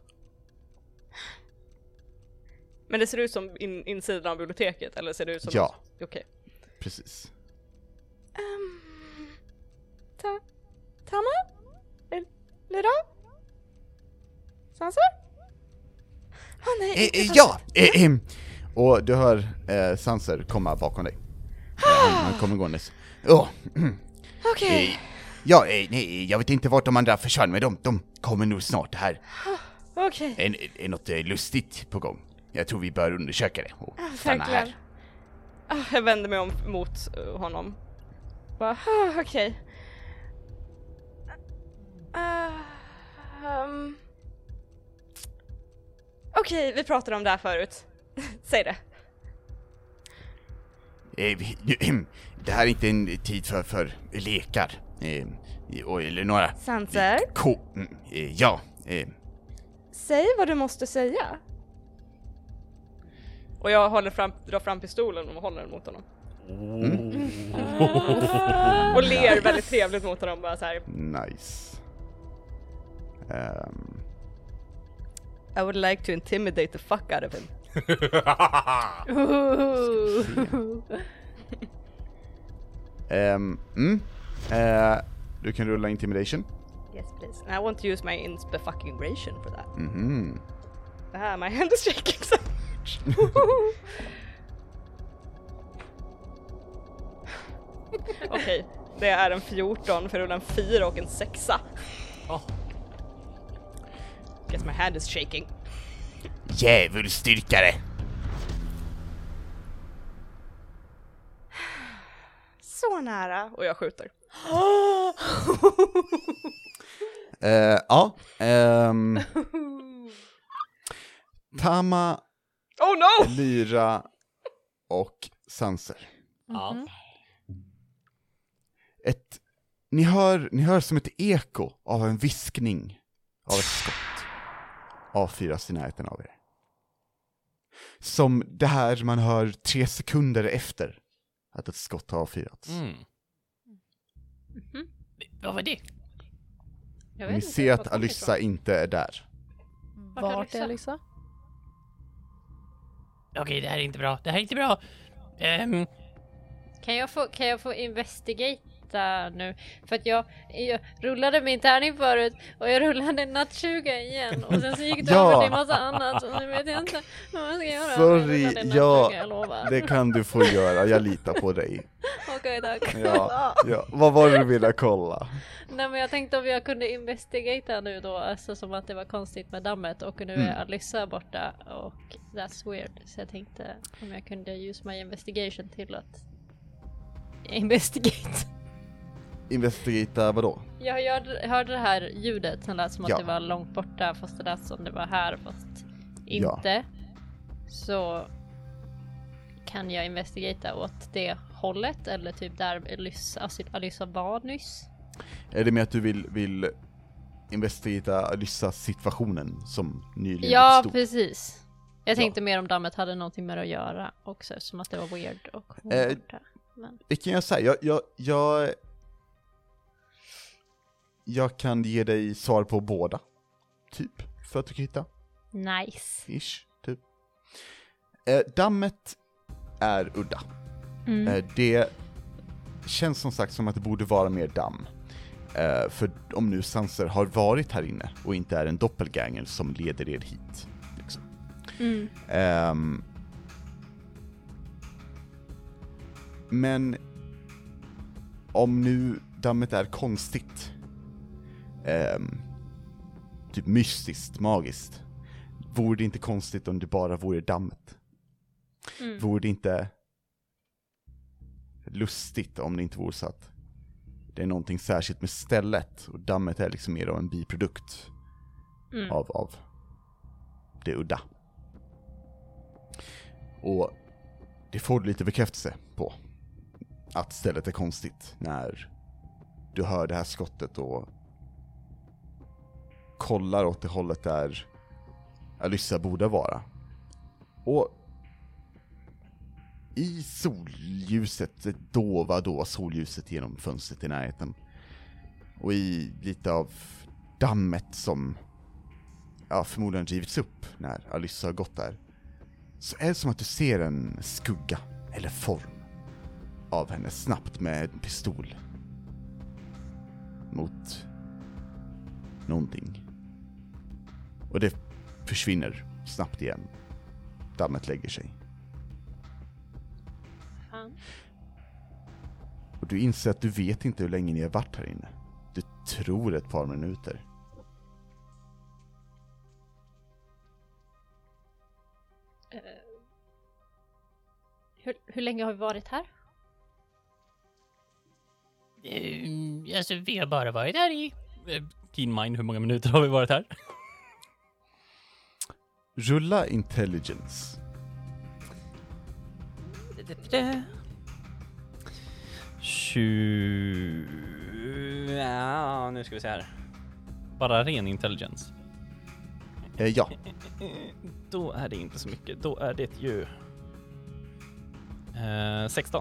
Men det ser ut som in, insidan av biblioteket, eller ser det ut som... Ja. Okej. Okay. Precis. Um, ta, Tama? Lera? Sanser? Åh nej. Eh, eh, ja! Eh, eh. Och du hör eh, Sanser komma bakom dig. Eh, han, han kommer gåendes. Oh. Okej. Eh, ja, eh, nej, jag vet inte vart de andra försvann, men de, de kommer nog snart här. Okej. Är, är något eh, lustigt på gång? Jag tror vi bör undersöka det och Ah, stanna verkligen. här. Ah, jag vänder mig om mot uh, honom. Bara, ah, okej. Uh, um. Okej, vi pratade om det här förut. Säg det. Eh, vi- det här är inte en tid för, för lekar. Eh, och, eller några... Sanser, Ko, mm, eh, ja. Eh, säg vad du måste säga. Och jag håller fram, drar fram pistolen och håller den mot honom. Och ler väldigt trevligt mot honom, bara så här. nice. Um, I would like to intimidate the fuck out of him. um, mm, eh, du kan rulla intimidation. Yes, please. And I want to use my inspe-fucking-ration for that. Mhm. Ah, my hand is shaking so much. Okej, det är en fjorton för en fyra och en sexa. Oh. Guess my hand is shaking. Djävulsstyrkare. Så nära. Och jag skjuter. Eh, ja. ehm, Tama, Oh no! Lyra och Sanser. Ja. Ett, ni, hör, ni hör som ett eko av en viskning av ett skott avfyras i närheten av er. Som det här man hör tre sekunder efter att ett skott har avfyrats. Mm. Vad var det? Jag vet Ni inte ser vart att det kom Alyssa ifrån. inte är där. Vart är Alyssa? Okej, det här är inte bra. Det här är inte bra. Ehm, Kan jag få, kan jag få investigata nu? För att jag, jag rullade min tärning förut och jag rullade en natt tjugo igen och sen så gick det Ja. över till en massa annat och nu vet jag inte vad jag ska göra. Sorry, Jag rullade en natt ja. tjugo, jag lovar. bara. Det kan du få göra, jag litar på dig. Okej, tack. Ja, ja. Vad var det du ville kolla? Nej, men jag tänkte om jag kunde investigata nu då, alltså som att det var konstigt med dammet och nu Mm. är Alyssa borta och that's weird. Så jag tänkte om jag kunde use my investigation till att investigate. Investigata vadå? Jag hörde, hörde det här ljudet som lät som att Ja. det var långt borta fast det lät som det var här fast inte. Så kan jag investigata åt det hållet eller typ där Alyssa, Alyssa var nyss. Är det med att du vill, vill investigata Alyssas situationen som nyligen Ja, uppstod? precis. Jag tänkte Ja. mer om dammet hade någonting med det att göra också, som att det var weird och hon Eh, var borta. Men... Det kan jag säga. Jag, jag, jag, jag kan ge dig svar på båda. Typ. För att du kan hitta. Nice. Ish. Typ. Eh, dammet är udda. Mm. Eh, det känns som sagt som att det borde vara mer damm. Eh, för om nu Sanser har varit här inne och inte är en doppelganger som leder er hit. Liksom. Mm. Ehm, men om nu dammet är konstigt, ehm, typ mystiskt, magiskt, vore det inte konstigt om det bara vore dammet? Mm. Vore det inte lustigt om det inte vore så att det är någonting särskilt med stället och dammet är liksom mer av en biprodukt Mm. av, av det udda. Och det får du lite bekräftelse på att stället är konstigt när du hör det här skottet och kollar åt det hållet där Alyssa borde vara. Och i solljuset, det dova då solljuset genom fönstret i närheten och i lite av dammet som ja, förmodligen givits upp när Alyssa har gått där, så är det som att du ser en skugga eller form av henne snabbt med en pistol mot någonting. Och det försvinner snabbt igen. Dammet lägger sig. Fan. Och du inser att du vet inte hur länge ni har varit här inne. Du tror ett par minuter. Eh, hur, hur länge har vi varit här? Eh, alltså, vi har bara varit här i... Eh, Keen mind, hur många minuter har vi varit här? Rulla intelligence. tjugo... Ja, nu ska vi se här. Bara ren intelligence. Eh, ja. Då är det inte så mycket. Då är det ju... Eh, sexton.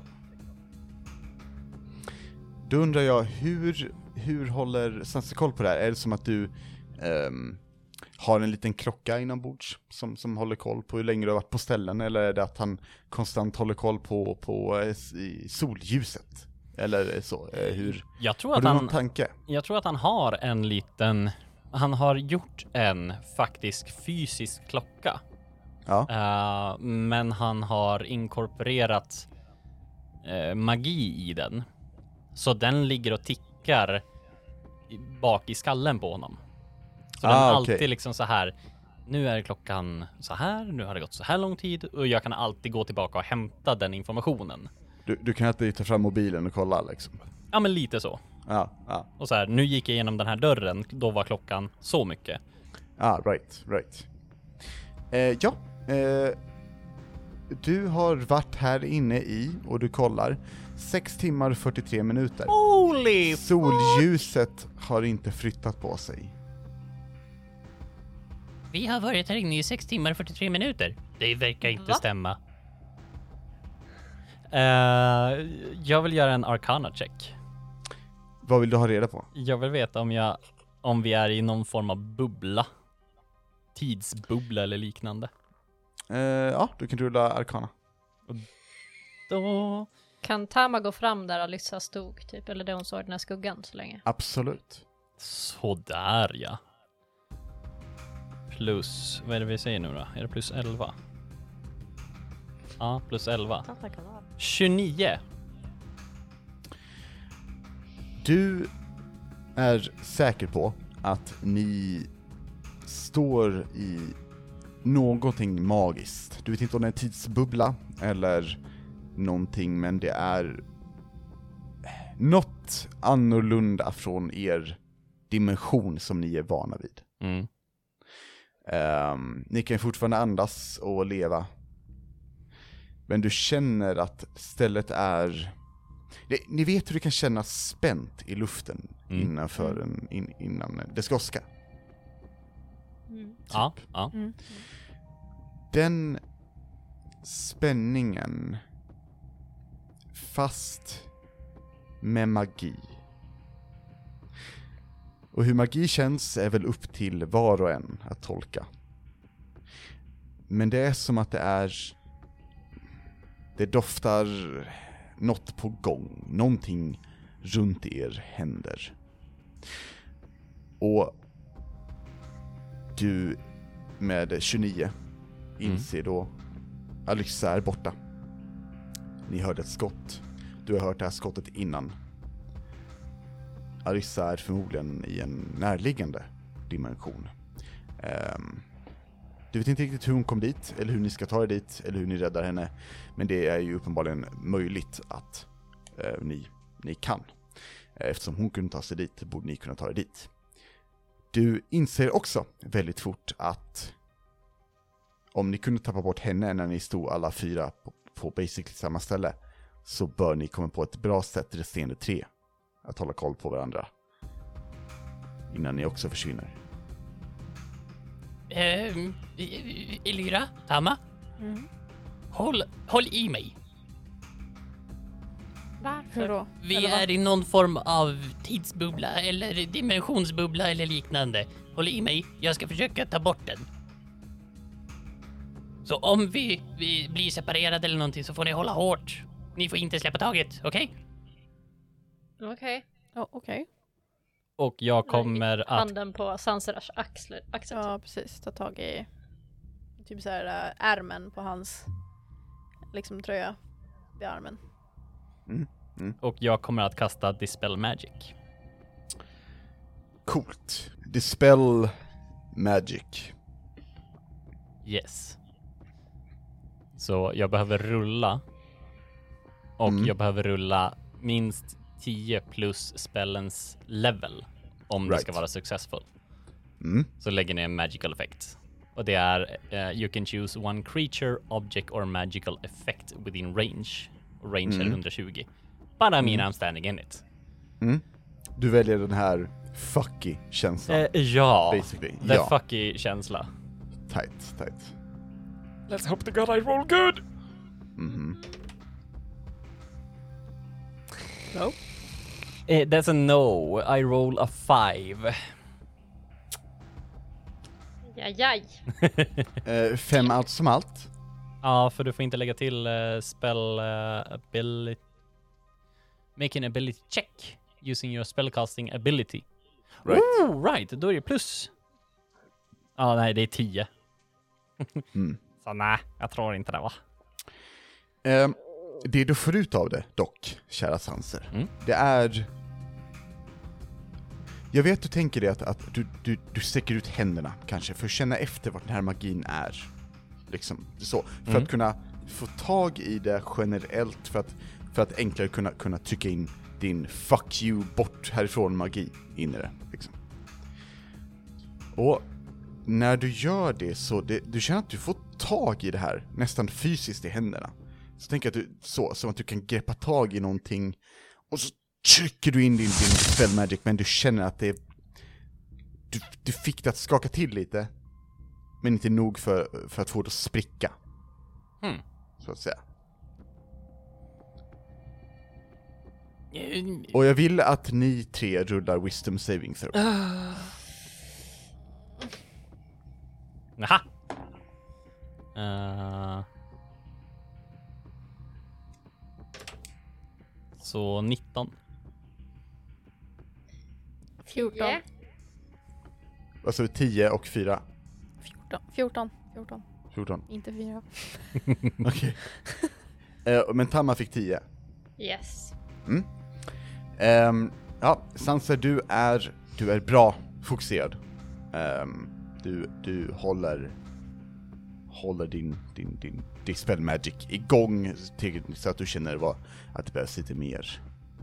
Då undrar jag, hur, hur håller Sansa koll på det här? Är det som att du ehm, har en liten klocka inombords som, som håller koll på hur länge du har varit på ställen? Eller är det att han konstant håller koll på, på eh, i solljuset? Eller så, eh, hur? Jag tror Har att du han... någon tanke? Jag tror att han har en liten... Han har gjort en faktisk fysisk klocka. Ja. Uh, men han har inkorporerat uh, magi i den. Så den ligger och tickar i, bak i skallen på honom. Så Ah, den är okej. alltid liksom så här. Nu är klockan så här, nu har det gått så här lång tid. Och jag kan alltid gå tillbaka och hämta den informationen. Du, du kan alltid ta fram mobilen och kolla liksom. Ja, men lite så. Ja, ja. Och så här, nu gick jag igenom den här dörren, då var klockan så mycket. Ah, right, right. Eh, ja, eh, du har varit här inne i, och du kollar, sex timmar och fyrtiotre minuter. Holy! Solljuset har inte flyttat på sig. Vi har varit här inne i sex timmar och fyrtiotre minuter. Det verkar inte Va? stämma. Uh, jag vill göra en arcana check. Vad vill du ha reda på? Jag vill veta om jag om vi är i någon form av bubbla. Tidsbubbla eller liknande. Eh, ja, du kan rulla arkana. Då... Kan Tama gå fram där Alyssa stod typ, eller där hon såg den här skuggan så länge? Absolut. Sådär ja. Plus, vad är det vi säger nu då? Är det plus elva? Ja, plus elva. Ja, tackar vara. tjugonio. Du är säker på att ni står i någonting magiskt. Du vet inte om det är en tidsbubbla eller någonting, men det är något annorlunda från er dimension som ni är vana vid. Mm. Um, ni kan fortfarande andas och leva. Men du känner att stället är... Det, ni vet hur det kan kännas spänt i luften Mm. innanför en, in, innan det ska åska. Mm. Ja, ja. Mm. Den spänningen, fast med magi. Och hur magi känns är väl upp till var och en att tolka. Men det är som att det är... Det doftar något på gång. Någonting runt er händer. Och du med tjugonio inser då Alyssa är borta. Ni hörde ett skott. Du har hört det här skottet innan. Alyssa är förmodligen i en närliggande dimension. Um, du vet inte riktigt hur hon kom dit, eller hur ni ska ta er dit, eller hur ni räddar henne. Men det är ju uppenbarligen möjligt att uh, ni, ni kan. Uh, eftersom hon kunde ta sig dit, borde ni kunna ta er dit. Du inser också väldigt fort att om ni kunde tappa bort henne när ni stod alla fyra på, på basically samma ställe, så bör ni komma på ett bra sätt resterande tre att hålla koll på varandra innan ni också försvinner. Ehm, Elira, Tama, Mm. håll, håll i mig. Varför? Hur då? Vi Eller vad? är i någon form av tidsbubbla eller dimensionsbubbla eller liknande. Håll i mig, jag ska försöka ta bort den. Så om vi, vi blir separerade eller någonting så får ni hålla hårt. Ni får inte släppa taget, okej? Okej. Ja, okej. Och jag kommer att... Handen på Sanseras axel. axel. Ja, precis. Ta tag i typ så här äh, ärmen på hans liksom tröja vid armen. Och jag kommer att kasta Dispel Magic. Coolt. Dispel Magic. Yes. Så jag behöver rulla. Och Mm. jag behöver rulla minst tio plus spellens level om det Right. ska vara successful. Mm. Så lägger ni en magical effect. Och det är uh, you can choose one creature, object or magical effect within range. Och range Mm. är hundratjugo. But I mean I'm standing in it. Mm. Du väljer den här fucky känslan. Eh, ja, Basically. the Ja. fucky känsla. Tight, tight. Let's hope to God I roll good! Mhm. No. Eh, that's a no. I roll a five. Jajaj. Eh, fem allt som allt. Ja, för du får inte lägga till uh, spell uh, ability. Make an ability check using your spellcasting ability. Right. Ooh, right, då är det plus. Ja, ah, nej, det är tio. Mm. Så nej, jag tror inte det va. Eh, det du får ut av det dock, kära Sanser, Mm. det är... Jag vet du tänker det att, att du, du, du sträcker ut händerna kanske för att känna efter vart den här magin är. Liksom så. För Mm. att kunna få tag i det generellt, för att, för att enklare kunna, kunna trycka in din fuck you bort härifrån magi in i det. Liksom. Och när du gör det så, det, du känner att du får tag i det här nästan fysiskt i händerna. Så tänker att du, så, som att du kan greppa tag i någonting och så trycker du in din, din spell magic, men du känner att det är, du, du fick det att skaka till lite, men inte nog för, för att få det att spricka. Hmm. Så att säga. Eh, Och jag vill att ni tre rullar wisdom saving throw. Jaha. Uh, så nitton. fjorton. Tio. Alltså tio och fyra. fjorton. fjorton. fjorton. fjorton. Inte fyra. Okej. Okay. uh, men Tama fick tio. Yes. Mm. Um, ja, Sansa, du är, du är bra fokuserad. Um, du, du håller håller din, din, din Dispel Magic igång till, så att du känner vad, att det behövs lite mer.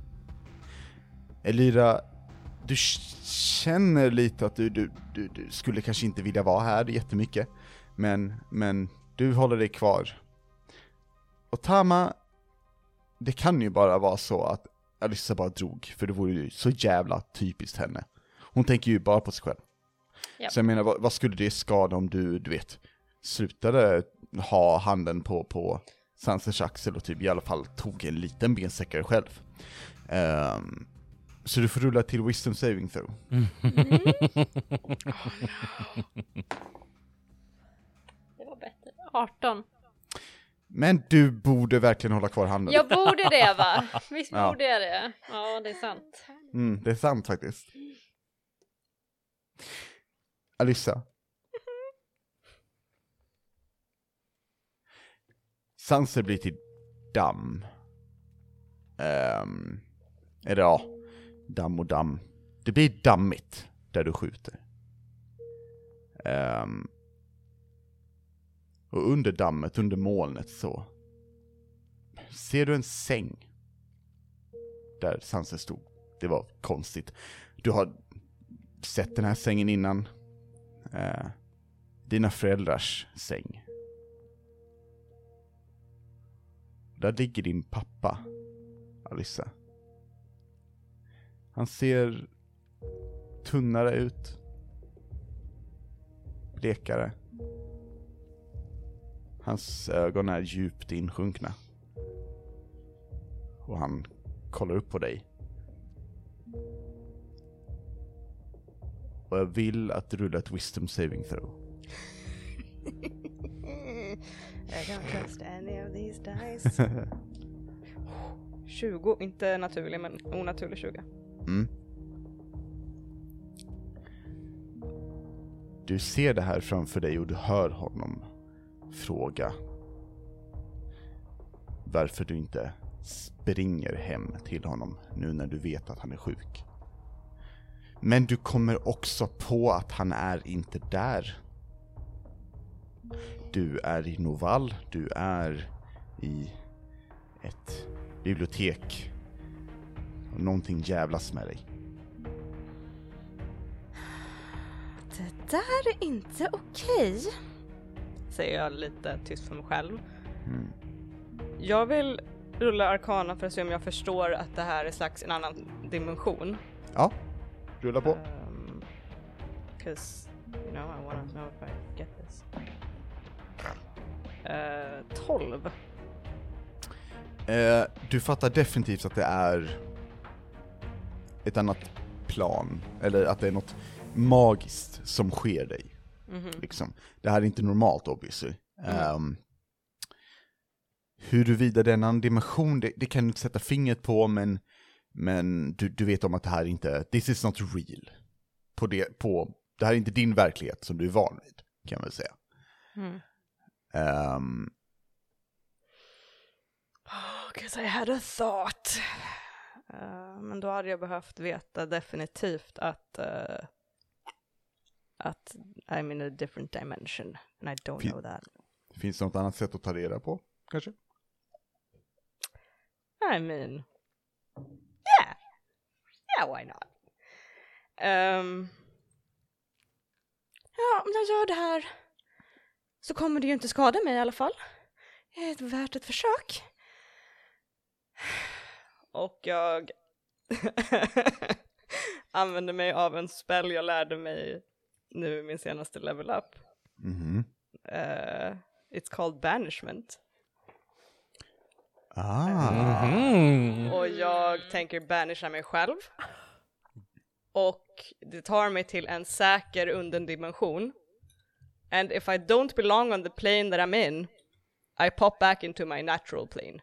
Elira, du känner lite att du, du, du, du skulle kanske inte vilja vara här jättemycket, men, men du håller dig kvar. Och Tama, det kan ju bara vara så att Alyssa bara drog, för det vore ju så jävla typiskt henne. Hon tänker ju bara på sig själv. Yep. Så jag menar, vad, vad skulle det skada om du, du vet, slutade ha handen på, på Sansers axel och typ i alla fall tog en liten bensäckare själv. Um, så du får rulla till Wisdom Saving Throw. Mm. Oh, no. Det var bättre. arton. Men du borde verkligen hålla kvar handen. Jag borde det, va? Visst Ja. borde jag det? Ja, det är sant. Mm, det är sant faktiskt. Alyssa. Sanser blir till damm. Um, eller ja, damm och damm. Det blir dammigt där du skjuter. Um, och under dammet, under molnet så ser du en säng där Sanser stod. Det var konstigt. Du har sett den här sängen innan. Uh, dina föräldrars säng. Där ligger din pappa, Alyssa. Han ser tunnare ut. Blekare. Hans ögon är djupt insjunkna. Och han kollar upp på dig. Och jag vill att du rullar ett wisdom saving throw. I don't trust any of these dice. tjugo, inte naturlig men onaturlig tjugo. Mm. Du ser det här framför dig och du hör honom fråga varför du inte springer hem till honom nu när du vet att han är sjuk. Men du kommer också på att han är inte där. Du är i Noval, du är i ett bibliotek. Och någonting jävlas med dig. Det där är inte okej. Säger jag lite tyst för mig själv. Mm. Jag vill rulla arkana för att se om jag förstår att det här är slags en annan dimension. Ja, rulla på. Um, 'cause, you know, I wanna know if I get this. Uh, tolv. Eh, du fattar definitivt att det är ett annat plan. Eller att det är något magiskt som sker dig. Mm-hmm. Liksom. Det här är inte normalt, obviously. Mm. Um, huruvida det är en annan dimension, det, det kan du inte sätta fingret på, men, men du, du vet om att det här inte, this is not real. På det, på, det här är inte din verklighet som du är van vid, kan man väl säga. Mm. Um, Oh, 'cause I had a thought. Uh, men då hade jag behövt veta definitivt att uh, att I'm in a different dimension and I don't Fin- know that. finns det något annat sätt att ta reda på, kanske? I mean, yeah, yeah, why not? Um, Ja, om jag gör det här så kommer det ju inte skada mig i alla fall. Det är värt ett försök. och jag använder mig av en spell jag lärde mig nu i min senaste level up. Mhm. Uh, it's called banishment. Ah. Mm. Och jag tänker banisha mig själv. Och det tar mig till en säker underdimension. And if I don't belong on the plane that I'm in, I pop back into my natural plane.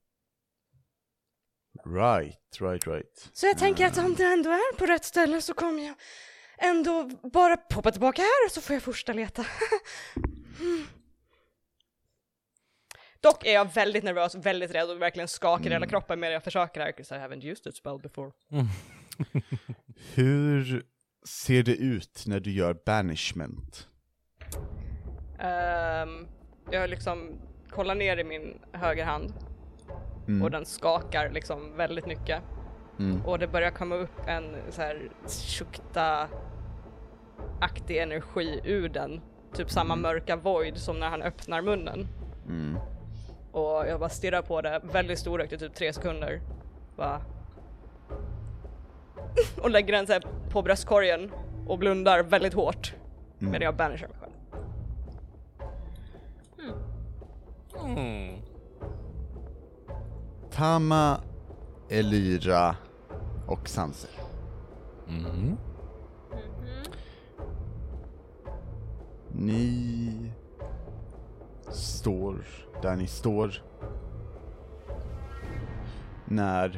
Right, right, right. Så jag tänker att om det ändå är på rätt ställe så kommer jag ändå bara poppa tillbaka här och så får jag fortsätta leta. Dock är jag väldigt nervös, väldigt rädd och verkligen skakar i hela kroppen medan jag försöker här, 'cause I haven't used it spell before. Mm. Hur ser det ut när du gör banishment? Um, jag liksom kollar ner i min höger hand Mm. och den skakar liksom väldigt mycket. Mm. Och det börjar komma upp en så här Shukta-aktig energi ur den. Typ samma mörka void som när han öppnar munnen. Mm. Och jag bara stirrar på det väldigt storögt i typ tre sekunder. Bara... och lägger den så här på bröstkorgen och blundar väldigt hårt. Mm. Medan jag banishar mig själv. Mm. Tama, Elyra och Sanser. Mm. Ni står där ni står när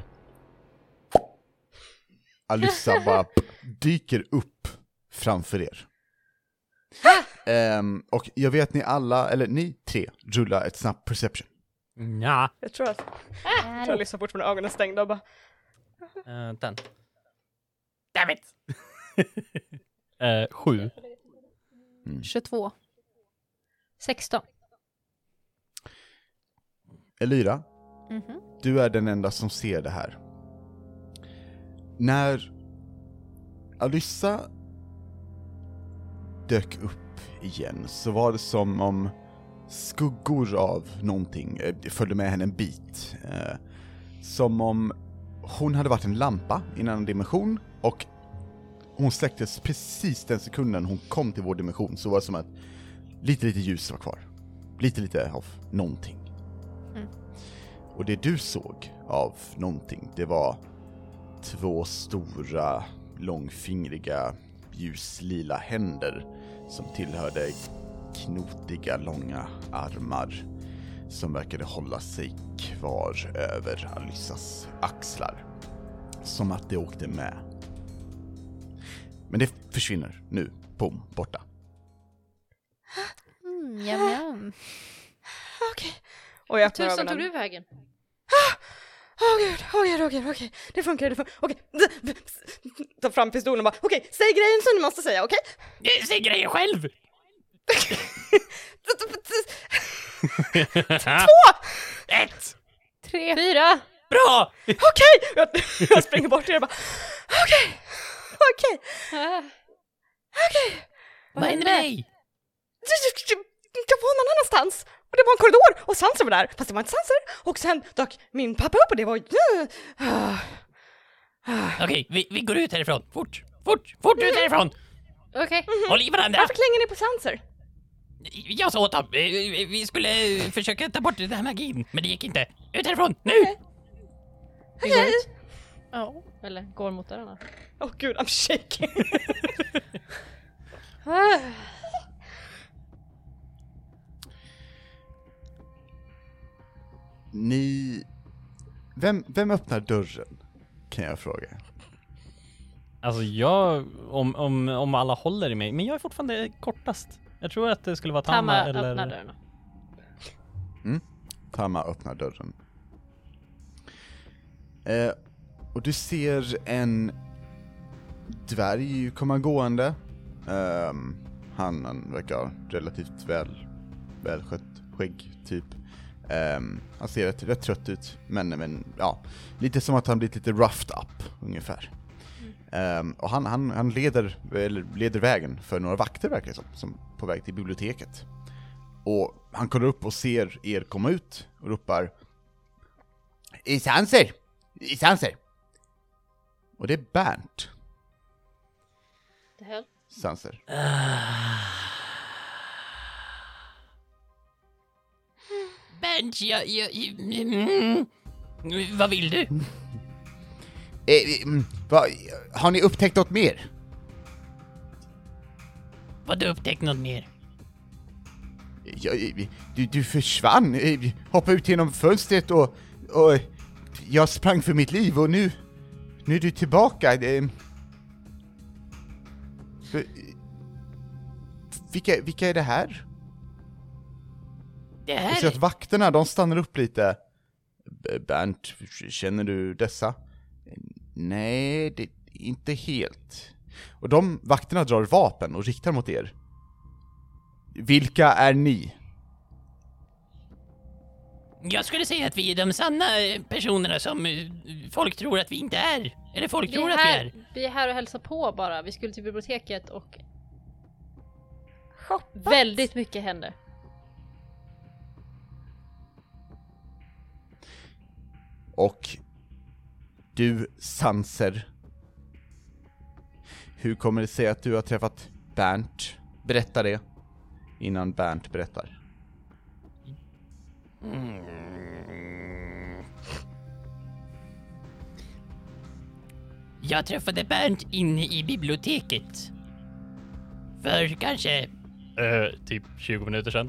Alyssa bara dyker upp framför er. Um, och jag vet ni alla, eller ni tre, rullar ett snabbt perception. Ja. Jag tror att jag tror jag lyssnar fort med ögonen stängda och bara... Uh, den. Damn it! uh, sju. tjugotvå. sexton. Elyra, Mhm. du är den enda som ser det här. När Alyssa dök upp igen så var det som om skuggor av någonting eh, följde med henne en bit. Eh, som om hon hade varit en lampa i en annan dimension och hon släcktes precis den sekunden hon kom till vår dimension, så var det som att lite lite ljus var kvar. Lite lite av någonting. Mm. Och det du såg av någonting, det var två stora, långfingriga, ljuslila händer som tillhörde knotiga, långa armar som verkade hålla sig kvar över Alyssas axlar. Som att det åkte med. Men det försvinner nu, boom, borta. Mm, jam, jam. Okej. Och jag öppnar Tusen ögonen. tog du vägen? Åh gud, åh gud, åh gud, okej. Det funkar, det funkar. Okej. Ta fram pistolen och bara, okej, säg grejen som du måste säga, okej? Eh, Säg grejen själv! Ett! Tre. Fyra. Bra! Okej! Jag, jag springer bort till er och bara, okej, okej. Ah. Vad hände med dig? Jag var någon annanstans. Och det var en korridor och Sanser var där. Fast det var inte Sanser. Och sen dök min pappa upp och det var... Okej, vi, vi går ut härifrån. Fort, fort, fort ut härifrån! Okej. Håll i varandra! Varför klänger ni på Sanser? Jag sa åt dem, eh, vi skulle försöka ta bort den här magin, men det gick inte. Ut härifrån, nu! Vi går ut. Ja. Eller går mot dörrarna. Åh oh, gud, I'm shaking. Ah. Ni... Vem, vem öppnar dörren? Kan jag fråga. Alltså jag, om, om, om alla håller i mig, men jag är fortfarande kortast. Jag tror att det skulle vara Tama, Tama eller... öppnar dörrarna. Mm. Tama öppnar dörren. Eh, och du ser en dvärg komma gående. Um, han, han verkar relativt väl välskött skägg typ. Um, han ser rätt, rätt trött ut, men, men ja, lite som att han blivit lite roughed up ungefär. Um, och han, han, han leder, eller leder vägen för några vakter verkar det som, som på väg till biblioteket. Och han kollar upp och ser er komma ut och ropar: I Sanser! I Sanser! Och det är Bernt. Det här. Sanser. Bernt, jag... jag mm, vad vill du? Eh, mm, va, har ni upptäckt något mer? Vad du upptäckt något mer? Jag, eh, du, du försvann, eh, hoppade ut genom fönstret och, och jag sprang för mitt liv och nu, nu är du tillbaka. Eh, för, vilka, vilka är det här? Det Du här... ser att vakterna, de stannar upp lite. Bernt, känner du dessa? Nej, det inte helt. Och de vakterna drar vapen och riktar mot er. Vilka är ni? Jag skulle säga att vi är de sanna personerna som eh, folk tror att vi inte är. Eller folk Vi tror är, att vi här, är. vi är här och hälsar på bara. Vi skulle till biblioteket och Shoppat. väldigt mycket hände. Och du, Sanser. Hur kommer det sig att du har träffat Bernt? Berätta det innan Bernt berättar. Jag träffade Bernt inne i biblioteket. För kanske... Eh, typ tjugo minuter sedan.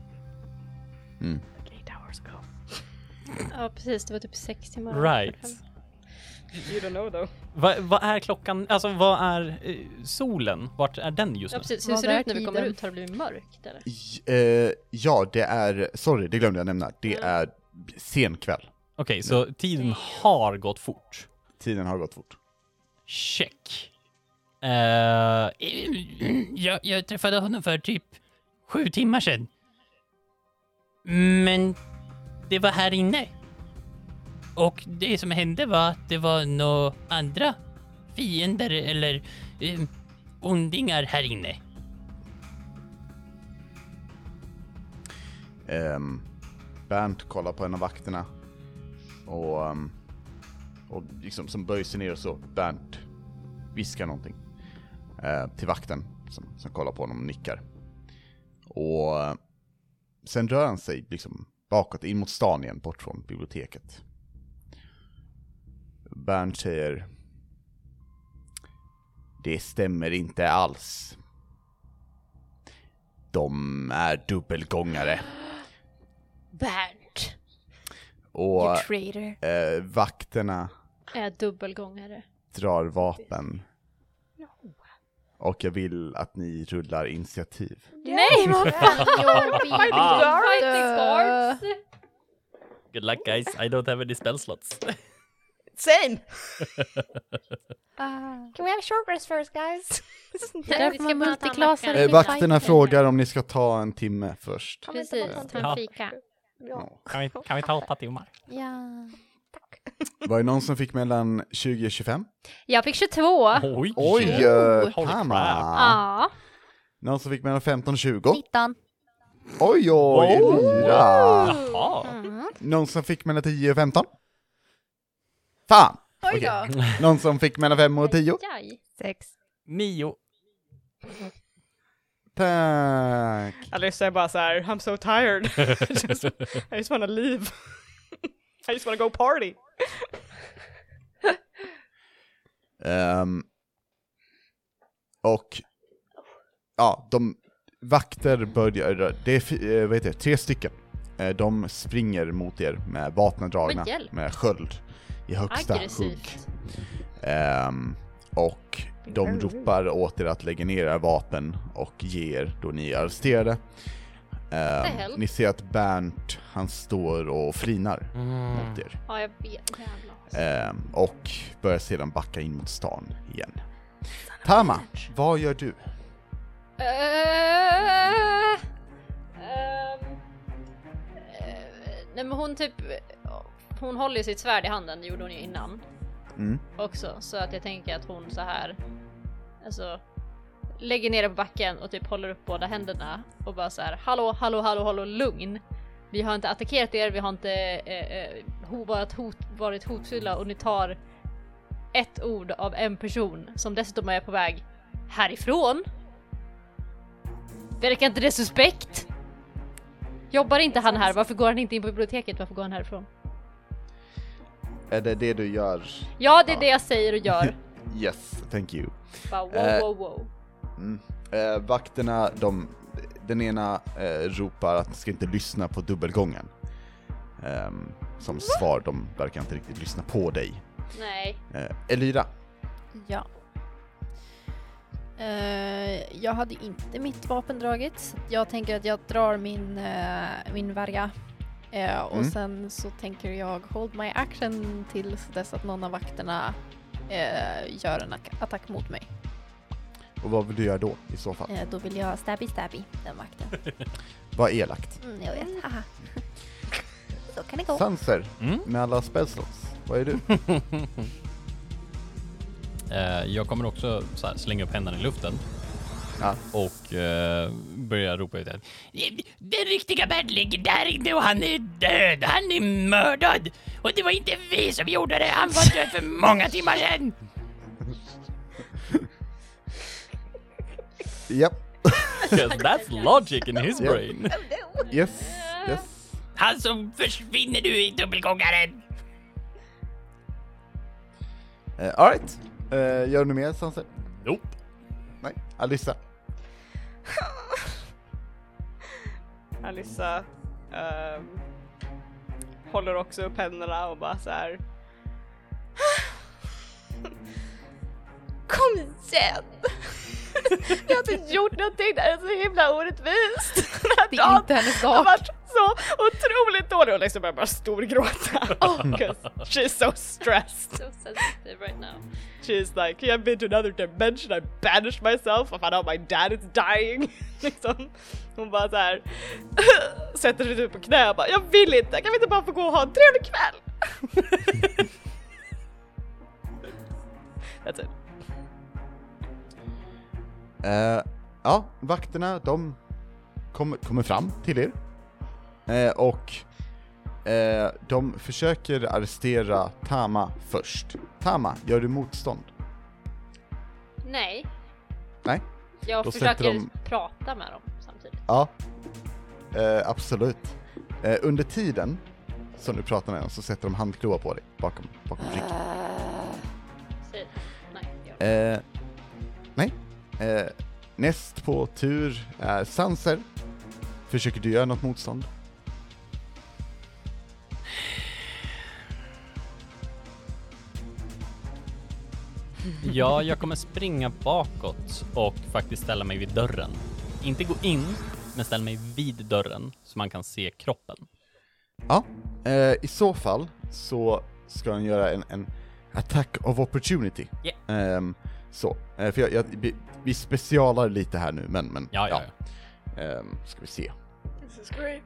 Ja, precis. Det var typ sex timmar. Right. You don't know though. Vad vad är klockan? Alltså vad är eh, solen? Vart är den just Ja, nu? precis. Hur Vad ser det är ut när vi kommer tiden? ut? Har det blivit mörkt eller? I, eh, ja, det är... Sorry, det glömde jag nämna. Det är sen kväll. Okej, så tiden har gått fort. Tiden har gått fort. Check. Eh, jag, jag träffade honom för typ sju timmar sedan. Men det var här inne. Och det som hände var att det var några andra fiender eller eh, ondingar här inne. Um, Bernt kollar på en av vakterna. Och, um, och liksom som böjer sig ner och så. Bernt viskar någonting uh, till vakten som, som kollar på honom och nickar. Och uh, sen rör han sig liksom bakåt in mot stan igen, bort från biblioteket. Bernt säger: det stämmer inte alls. De är dubbelgångare. Bernt! Och Traitor. eh, vakterna Är dubbelgångare. drar vapen. Och jag vill att ni rullar initiativ. Nej, vad fan! Ah. Fighting cards! Good luck guys, I don't have any spell slots. Same! Ah. Can we have short rest first, guys? Därför Vi ska man bara ta multiklassar mackan. Eh, i vakterna fighter. frågar om ni ska ta en timme först. Precis, ta Ja. en fika. Ja. Kan vi, kan vi ta åtta timmar? Ja. Var det någon som fick mellan tjugo och tjugofem? Jag fick tjugotvå. Oj! Oj, Holy uh, Tama! crap. Ja. Någon som fick mellan femton och tjugo? nitton. Oj, oj, Oh. Elira! Jaha. Någon som fick mellan tio och femton? Fan! Oj Okej. då. Någon som fick mellan fem och tio? Jaj. Sex. Nio. Tack! Alyssa är bara så här: I'm so tired. just, I just wanna leave. I just wanna go party. Um, och ja, de vakter börjar, det är f- eh, vad heter det, tre stycken. Eh, De springer mot er med vapnen dragna, Men hjälp. med sköld i högsta hugg. Aggressivt. Um, och de ropar åt er att lägga ner era vapen och ge er då ni är arresterade. Um, hell? ni ser att Bernt, han står och frinar mot er. Ja, jag vet. Jävlar. Um, och börjar sedan backa in mot stan igen. Tama, vad gör du? Uh, um, uh, nej men hon typ, hon håller ju sitt svärd i handen, det gjorde hon ju innan Mm. också, så att jag tänker att hon så här, alltså lägger ner det på backen och typ håller upp båda händerna och bara så här: hallå, hallå, hallå, hallå, lugn. Vi har inte attackerat er, vi har inte eh, eh, ho- varit, hot, varit hotfulla och ni tar ett ord av en person som dessutom är på väg härifrån. Verkar inte det suspekt? Jobbar inte han här? Varför går han inte in på biblioteket? Varför går han härifrån? Är det det du gör? Ja, det är Ja. det jag säger och gör. Yes, thank you. Bara wow, Eh. wow, wow. Mm. Eh, vakterna, de, den ena eh, ropar att ni ska inte lyssna på dubbelgången. Ehm, som svar, de verkar inte riktigt lyssna på dig. Nej. Eh, Elira, Ja. Uh, jag hade inte mitt vapen dragit. Så jag tänker att jag drar min, uh, min värja. Uh, och Mm. sen så tänker jag hold my action till dess att någon av vakterna uh, gör en ak- attack mot mig. Och vad vill du göra då i så fall? Uh, då vill jag stabby stabby den vakten. Vad elakt. Mm, jag vet, haha. Så kan det gå. Sanser, Mm. med alla spellslots. Vad är du? Eh, jag kommer också så här, slänga upp händerna i luften Ja. och eh, börja ropa ut. Den riktiga Bert ligger där inne och han är död. Han är mördad. Och det var inte vi som gjorde det. Han var död för många timmar sedan. Japp. Because that's logic in his Yeah. brain. Yes, yes. Han som försvinner nu i dubbelgångaren. Uh, Alright. Uh, gör du mer, Sanser? Nope. Nej, Alyssa. Alyssa ehm, håller också upp händerna och bara så här. Kom igen! Jag har inte gjort någonting, det är så himla orättvist. Det är inte hennes Jag har dag. varit så otroligt dålig och liksom börjar bara storgråta. Oh, 'cause she's so stressed. So sensitive right now. She's like, I've been to another dimension, I banished myself, I found out my dad is dying. Liksom. Hon bara så här sätter sig typ på knä och bara, jag vill inte, kan vi inte bara få gå och ha en trevlig kväll? That's it. Uh, ja, vakterna, de kommer, kommer fram till er. Uh, och uh, de försöker arrestera Tama först. Tama, gör du motstånd? Nej. Nej? Jag Då försöker sätter de- prata med dem samtidigt. Ja, uh, absolut. Uh, under tiden som du pratar med dem så sätter de handklovar på dig bakom, bakom ryggen. Säg. Nej. Jag. Uh, nej. Uh, näst på tur är Sanser. Försöker du göra något motstånd? Ja, jag kommer springa bakåt och faktiskt ställa mig vid dörren. Inte gå in, men ställa mig vid dörren så man kan se kroppen. Ja, eh, i så fall så ska han göra en, en attack of opportunity. Yeah. Ehm, så, eh, för jag, jag, vi, vi specialar lite här nu, men, men Ja, ja, ja. Ehm, ska vi se. This is great.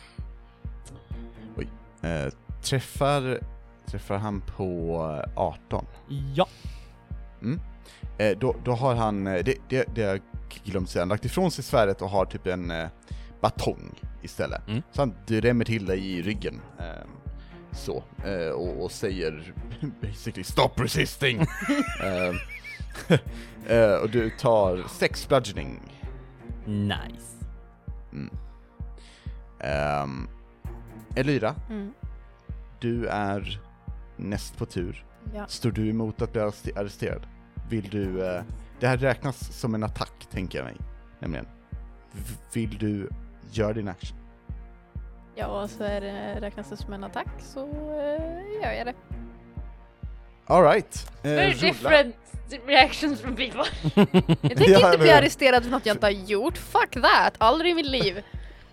Oj. Eh, träffar, träffar han på arton. Ja. Mm. Eh, då, då har han, eh, det, det, det jag glömt säga, han lagt ifrån sig svärdet och har typ en eh, batong istället. Mm. Så han drämmer till dig i ryggen. Eh, så. Eh, och, och säger basically stop resisting. eh, eh, och du tar sex bludgeoning. Nice. Mm. Um, Elyra, Mm. du är näst på tur. Ja. Står du emot att bli arrester- arresterad? Vill du... Eh, det här räknas som en attack, tänker jag mig. Nämligen. V- vill du göra din action? Ja, och så är det, räknas det som en attack så uh, gör jag det. Alright. Eh, Very rulla. different reactions from people. Jag tänker Ja, inte eller bli hur? arresterad för något jag inte har gjort. Fuck that! Aldrig i mitt liv.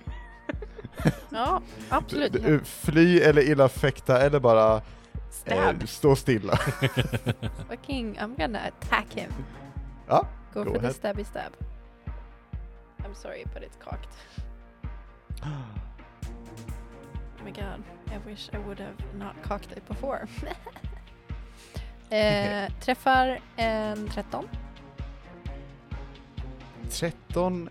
Ja, absolut. Du- du- Fly eller illa fäkta eller bara Stab. eh, stå stilla. Fucking, I'm gonna attack him. Ja, Go, Go for ahead. the stabby stab. I'm sorry, but it's cocked. Oh my god, I wish I would have not cocked it before. eh, träffar en tretton. tretton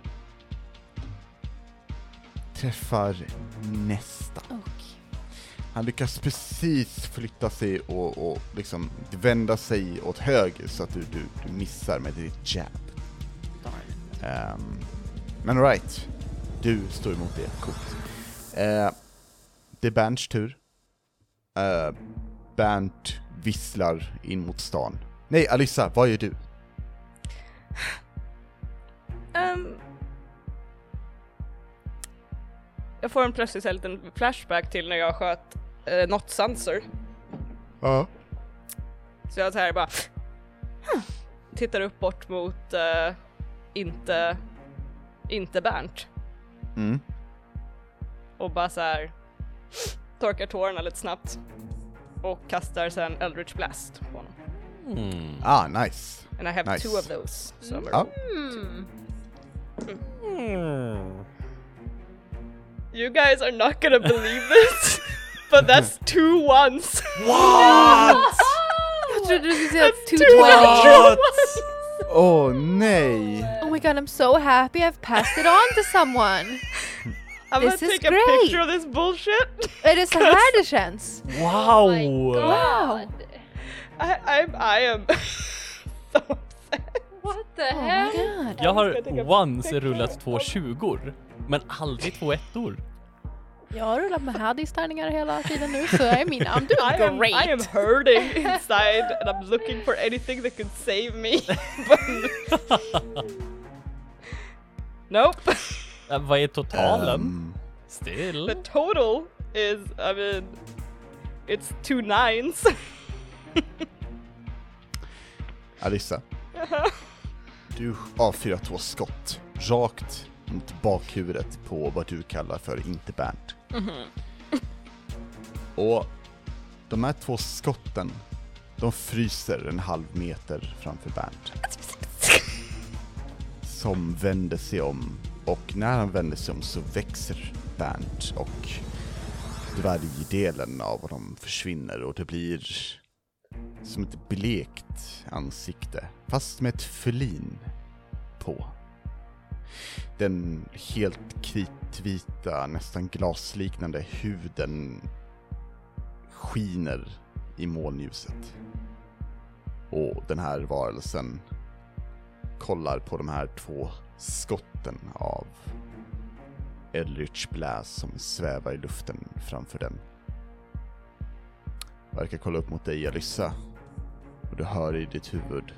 träffar nästa. Och Han lyckas precis flytta sig och, och liksom vända sig åt höger så att du, du, du missar med ditt jab. darn. Um, men all right, du står emot det. Coolt. Uh, det är Bernts tur. Uh, Bernt visslar in mot stan. Nej, Alyssa, vad gör du? Um, jag får en plötsligt en liten flashback till när jag sköt uh, Not Sanser. Ja. Så jag så här bara huh, tittar upp bort mot uh, inte, inte Bernt. Mm. Och bara så här torkar tårarna lite snabbt. Och kastar sen Eldritch Blast på honom. Mm. Ah, nice. And I have Nice. two of those. So I'm Ja. Mm. Mm. You guys are not gonna believe this, but that's two ones. What? Jag trodde du skulle säga two two twenty. Åh, oh, nej. Oh my god, I'm so happy I've passed it on to someone. I'm This gonna is take a great. picture of this bullshit. Är det så här det känns? Wow! Oh my god. Wow. I, I'm, I am so upset. What the Oh my hell? god. Jag Jag ska ta har once picture rullat två of- tjugor, men aldrig två ettor. Jag har rullat med Haddis tärningar hela tiden nu, så I mean I'm I doing am, great. I am hurting inside and I'm looking for anything that can save me. But- nope. Äh, vad är totalen? Um, Still. The total is, I mean, it's two nines. Alyssa. Du avfyrar två skott rakt mot bakhuvudet på vad du kallar för inte Bernt. Och de här två skotten, de fryser en halv meter framför Bernt. Som vänder sig om, och när han vänder sig om så växer Bernt och dvärgdelen av honom försvinner och det blir som ett blekt ansikte, fast med ett felin på. Den helt kritvita, nästan glasliknande huden skiner i molnljuset. Och den här varelsen kollar på de här två skotten av Eldritch Blast som svävar i luften framför den. Verkar kolla upp mot dig, Alyssa. Och du hör i ditt huvud: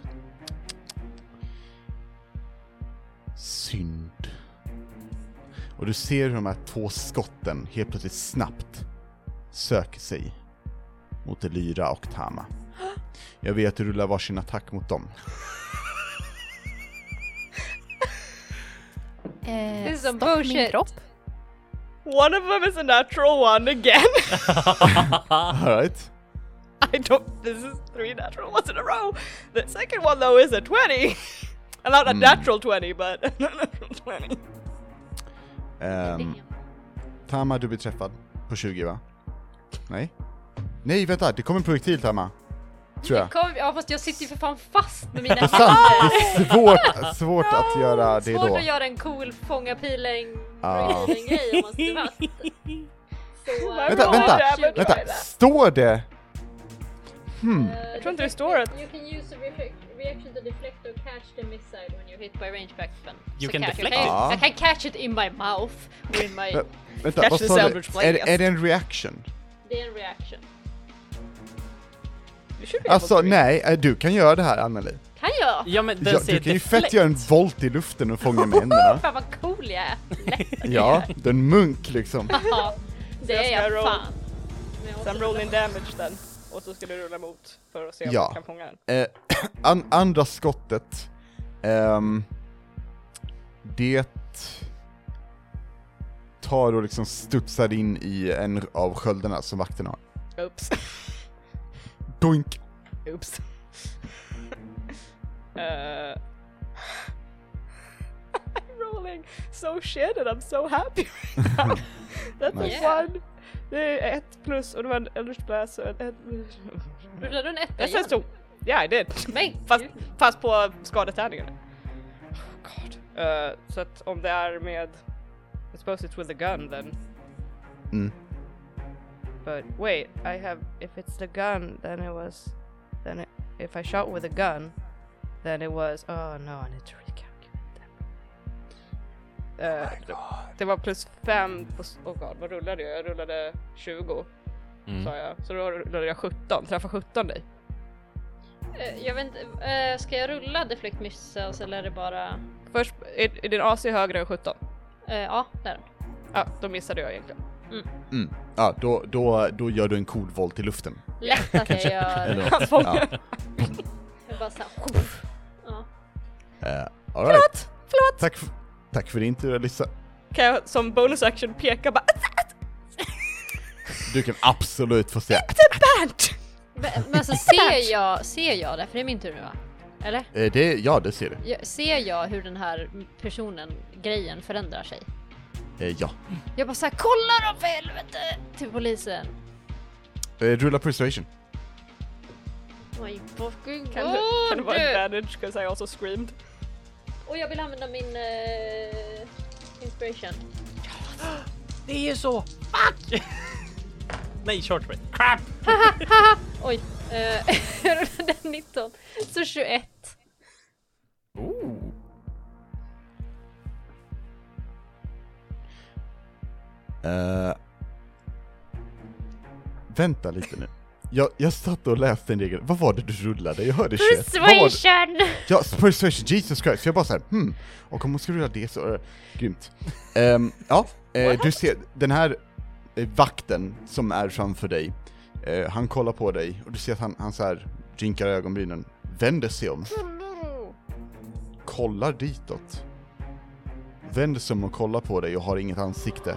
synd. Och du ser hur de här två skotten helt plötsligt snabbt söker sig mot Elyra och Tama. Jag vet att du rullar varsin attack mot dem. Eh, This is some stopp min bullshit. kropp. One of them is a natural one again. All right. I don't, this is three natural ones in a row. The second one though is a twenty. And not a Mm. natural twenty, but a natural twenty. Um, Tama, du blir träffad på tjugo, va? Nej? Nej, vänta, det kommer en projektil, Tama. Tror jag. Kom, ja fast jag sitter ju för fan fast med mina Det är sant, händer. det är svårt, svårt att göra det Svårt då. att göra en cool fånga pilen Ja. grej om man sitter fast. Så, Vänta, ja, vänta, tjugo. vänta, står det? Hmm. Uh, Jag tror inte det står att- You can use a re- reaction to deflect or catch the missile when you're hit by range weapon. You Så can kan- deflect jag kan, it. Jag kan catch it in my mouth or in my... Vä- Vänta, Catch vad the sa du? Eldritch Blast. Är, är det en reaction? Det är en reaction. You should be Alltså, able to. nej, äh, du kan göra det här, Anneli. Kan jag? Ja, men den Ja, säger du kan ju deflect. fett göra en volt i luften och fånga med händerna. Fan vad cool jag är. Lätt. Ja, du är en munk liksom. Haha, det jag är ska jag roll. fan. Men jag måste Sen rolling damage then. Och så ska du rulla mot för att se om Ja. du kan fånga den. Eh, an, andra skottet, ehm, det tar och liksom studsar in i en av sköldarna som vakterna har. Oops. Doink! Oops. uh, I'm rolling so shit and I'm so happy right now. That's Nice. a one. Det är ett plus och det var en Eldritch Blast så ett... ett Rullar du en etta det igen? känns så... Yeah, I did. Men Fast, gud. fast på skadetärningen. Oh god. Uh, så att om det är med... I suppose it's with the gun then. Mm. But wait, I have... If it's the gun then it was... Then it, if I shot with a gun then it was... Oh no, I need to recalculate that. Uh, det var plus fem på... Oh god, vad rullade jag? Jag rullade tjugo, Mm. sa jag. Så då rullade jag sjutton. Träffar sjutton dig? Eh, Jag vet inte, eh, ska jag rulla deflect missiles eller är det bara... Först, är, är din A C högre än sjutton? Eh, ja, där. Ja, då missade jag egentligen. Mm. Ja, då, då, då gör du en cool volt i luften. Lätt att jag gör. Eller, Han fångar. ja. Jag bara såhär... Ja. Uh, all right. Förlåt! Tack, f- tack för din tur, Alyssa. Kan jag som bonus action peka bara Du kan absolut få se. Bernt! Men, men alltså ser jag, ser jag det? För det är min tur nu va? Eller? Eh, det, ja, det ser du. Jag, ser jag hur den här personen, grejen förändrar sig? Eh, ja. Jag bara såhär, kolla då för helvete! Till polisen. Eh, rulla persuasion. My fucking god! Kan det, kan det vara advantage because I also screamed? Och jag vill använda min uh, inspiration. Det är så! Fuck! Nej, short break. Crap! Oj, uh, jag rullade nitton. Så tjugoett. Ooh. Uh, vänta lite nu. Jag, jag satt och läste en regel. Vad var det du rullade? Jag hörde shit. Persuasion! Ja, persuasion, Jesus Christ. Jag bara så här, hmm. Och om man ska rulla det så är det grymt. Um, ja, uh, du ser den här uh, vakten som är framför dig. Uh, han kollar på dig och du ser att han, han så här drinkar ögonbrynen. Vänder sig om. Kollar ditåt. Vänder sig om och kollar på dig och har inget ansikte.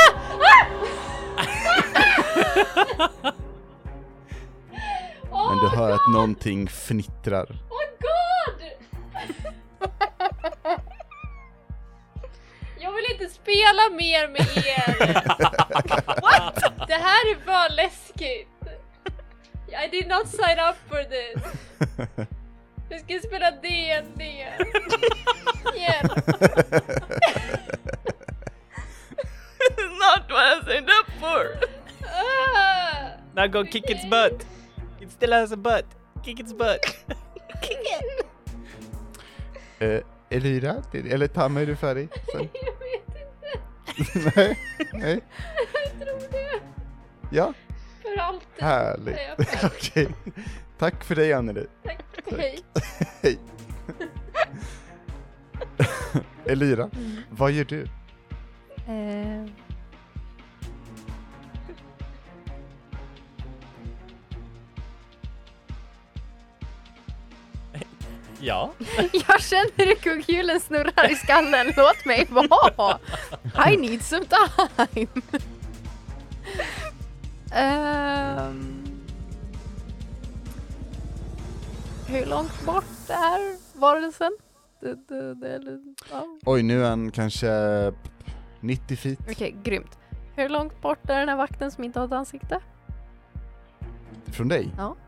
Men du hör att någonting fnittrar. Oh god! Jag vill inte spela mer med er. What? Det här är bara läskigt. I did not sign up for this. Vi ska spela D and D. Igen. Not what I signed up for! Ah, Now go kick its butt. It still has a butt. Kick its butt. kick it. Eh, Elira, eller Tammy, är du färdig? Sen. Jag vet inte. nej, nej. Jag tror det. Ja, För alltid. härligt. är jag färdig. Okej. Tack för dig, Anneli. Tack. Hej. Hej. Elira, vad gör du? Eh, Ja. jag känner hur kugghjulen snurrar i skallen. Låt mig vara. I need some time. Ehm, hur långt bort är varelsen? Det, det, det, det, ja. Oj, nu är han kanske nittio feet. Okej, grymt. Hur långt bort är den här vakten som inte har ett ansikte? Från dig? Ja.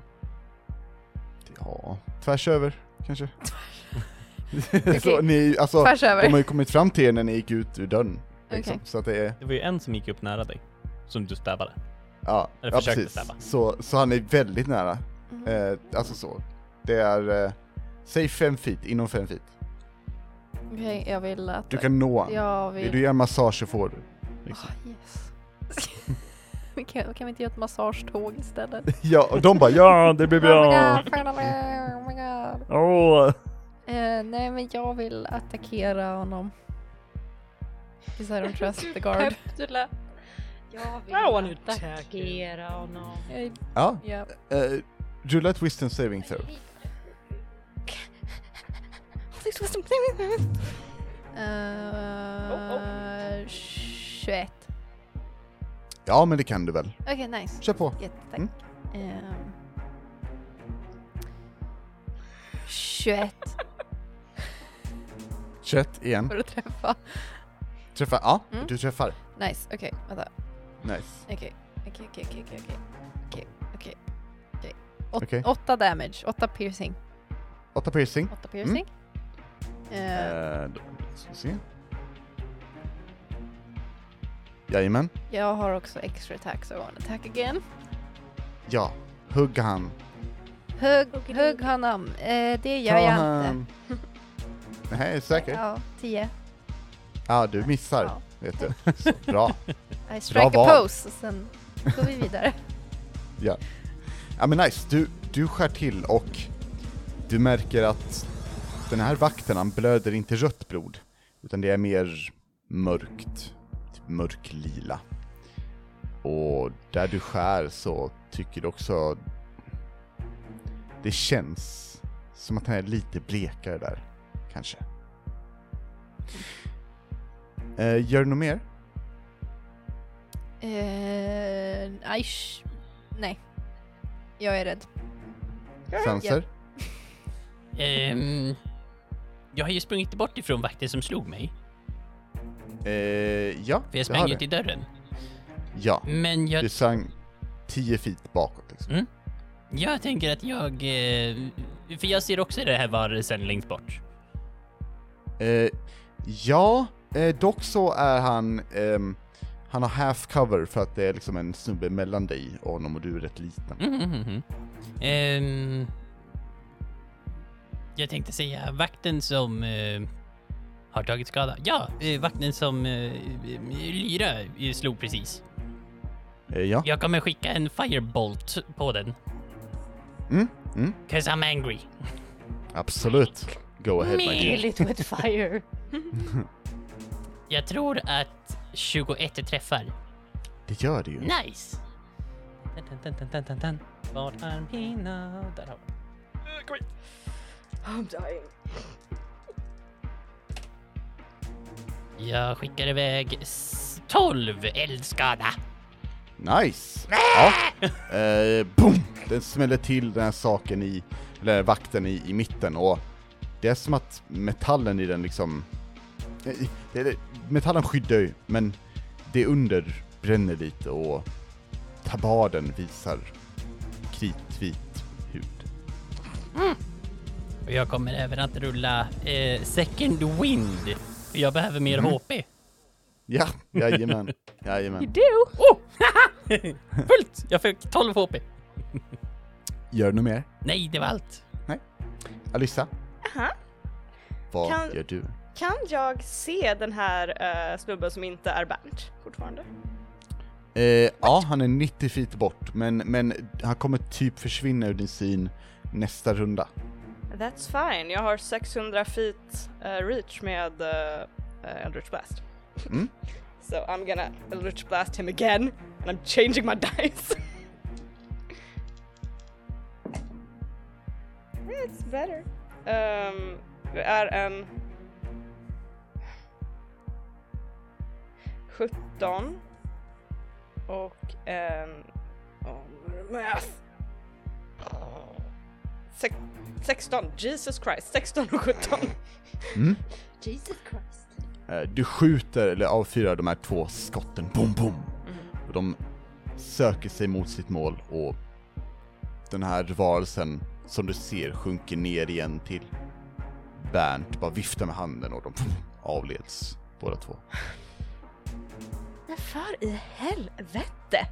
Ja, tvärs över kanske. Så ni, alltså, Tvärs över. de har ju kommit fram till er när ni gick ut ur dörren. Liksom. Okej. Så att det är, Det var ju en som gick upp nära dig. Som du stävade. ja, Eller ja försökte precis. stäva. Så, så han är väldigt nära. Mhm. Eh, alltså så. Det är, eh, säg fem feet, inom fem feet. Okej, jag vill att... Du kan nå han. Jag Vill vill... du göra massage så får du. Liksom. Ah, yes. vi kan, kan vi inte göra ett massagetåg istället? Ja, och de bara, ja det blir Oh my bra. god, finally, oh my god. Åh. Eh, nej, men jag vill attackera honom. Because I don't trust the guard. Peptula. Jag I don't wanna vill attack you. attackera honom. Jag, Ja, ja. eh, rulla ett wisdom saving throw. Uh, tjugoett. Ja, men det kan du väl. Okej, nice. Kör på. Jättetack. Mm. Ehm. tjugoett tjugoett igen. för att träffa. Träffar, ja, Mm. du träffar. Nice, okej, vänta. Nice. Okej, okej, okej, okej, okej, okej. Okej, okej, okej. Åt- Okej. Åtta damage, åtta piercing. Åtta piercing. Åtta piercing. Eh, Eh, då ska vi se. Jajamän. jag har också extra attack, so I want attack again. Ja, hugga han. Hugg, hugg honom. Eh, det gör jag inte. Nej, säker? Ja, tio. Ja, du missar. Ja. Vet du. Så, bra. I strike a val. pose och sen går vi vidare. Ja. Ja, men nice. Du, du skär till och du märker att den här vakten, han blöder inte rött blod. Utan det är mer mörkt. Typ mörklila. Och där du skär så tycker du också... Det känns som att han är lite blekare där. kanske. Eh, gör du något mer? Eh, aish. Nej. Jag är rädd. Sanser? Ehm, jag har ju sprungit bort ifrån vakten som slog mig. Eh, ja, För jag du har sprang det. ju till dörren. Ja, Men jag, du sang tio feet bakåt liksom. Mm. jag tänker att jag... Eh, för jag ser också det här varelsen längst bort. Eh, ja, eh, dock så är han... ehm, han har half cover för att det är liksom en snubbe mellan dig och honom och du är rätt liten. Mm, mm, mm. Ehm, jag tänkte säga vakten som eh, har tagit skada. Ja, eh, vakten som eh, Lyra eh, slog precis. Eh, ja. Jag kommer skicka en firebolt på den. Mm, mm, 'Cause I'm angry. absolut. Go ahead, my dear. Kill it with fire. Jag tror att tjugoett träffar. Det gör det ju. Nice! Dun, dun, dun, dun, dun, dun. Vart är mina? Där har vi. I'm dying. Jag skickar iväg s- tolv eldskada. Nice! Ja. Eh, boom! Den smäller till den här saken i, eller vakten i, i mitten och det är som att metallen i den liksom, eh, det, det, metallen skyddar ju, men det under bränner lite och tabarden visar kritvit hud. Och jag kommer även att rulla eh, second wind. För jag behöver mer Mhm. H P. Ja, jajamän, jajamän. Do! Fullt! Jag fick tolv H P. Gör du något mer? Nej, det var allt. Alyssa, Aha. vad Kan- gör du? Kan jag se den här uh, snubben som inte är Bernt fortfarande? Eh, ja, han är nittio feet bort, men, men han kommer typ försvinna ur din syn nästa runda. That's fine, jag har sexhundra feet uh, reach med uh, uh, Eldritch Blast. Mm. So I'm gonna Eldritch Blast him again, and I'm changing my dice. It's better. Um, det är en sjutton och en oh, math. Sex, sexton, Jesus Christ, sexton och sjutton. Mm. Jesus Christ. Eh, Du skjuter eller avfyrar de här två skotten, boom boom. Och de söker sig mot sitt mål och den här varelsen som du ser sjunker ner igen till Bernt, bara viftar med handen och de avleds båda två. Men för i helvete!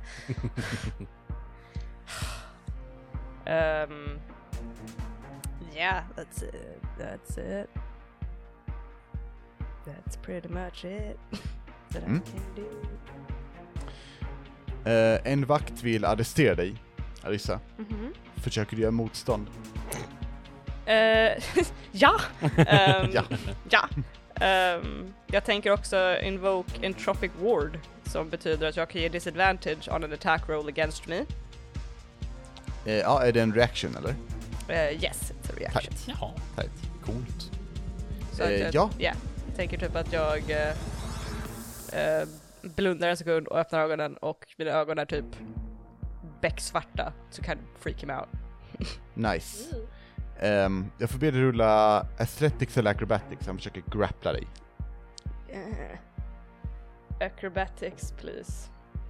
um, yeah, that's it. That's it. That's pretty much it that Mm. I can do. Eh, en vakt vill arrestera dig, Alyssa. Mhm. Försöker du göra motstånd? Eh, ja! Um, Ja. ja. Um, jag tänker också invoke Entropic Ward, som betyder att jag kan ge disadvantage on an attack roll against me. Eh, ja, är det en reaction eller? Uh, yes, it's a reaction. Tight. Jaha. Tight. Coolt. Så att Eh, jag, ja. ja, jag tänker typ att jag eh, eh, blundar en sekund och öppnar ögonen och mina ögon är typ becksvarta, så kan freak him out. Nice. Ehm, jag får be dig rulla Athletics eller Acrobatics, han försöker grappla dig. Eh, acrobatics please.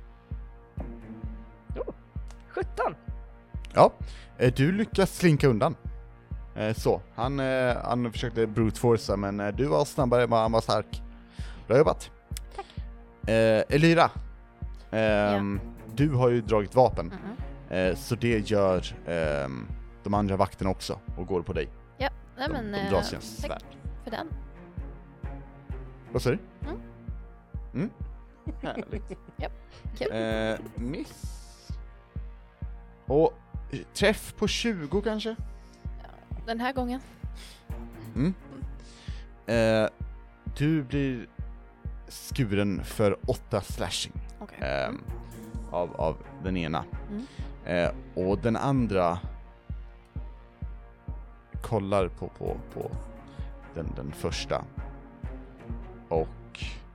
Oh, sjutton! Ja, eh, du lyckas slinka undan. Eh, så, han, eh, han försökte brute forcea, men eh, du var snabbare, men han var stark. Bra jobbat. Tack. Eh, Elyra, ehm, du har ju dragit vapen, eh, så det gör ehm, de andra vakterna också och går på dig. Ja, nej De, men de eh, drar sina tack svärd. för den. Vad säger du? Mm. Mm. Härligt. Japp, kul. Eh, miss. Och eh, träff på tjugo kanske? Den här gången. Mm. Eh, du blir skuren för åtta slashing Okej. ehm, av, av den ena. Mm. Eh, och den andra kollar på, på, på den, den första. Och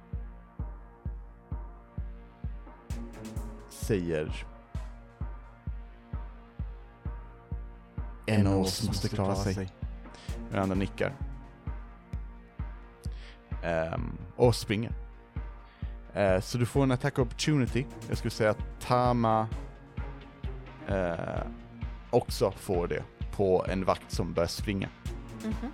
säger: en av oss måste klara sig. Den andra nickar. Um, och springer. Uh, så du får en attack opportunity. Jag skulle säga att Tama uh, också får det på en vakt som börjar springa. Mhm.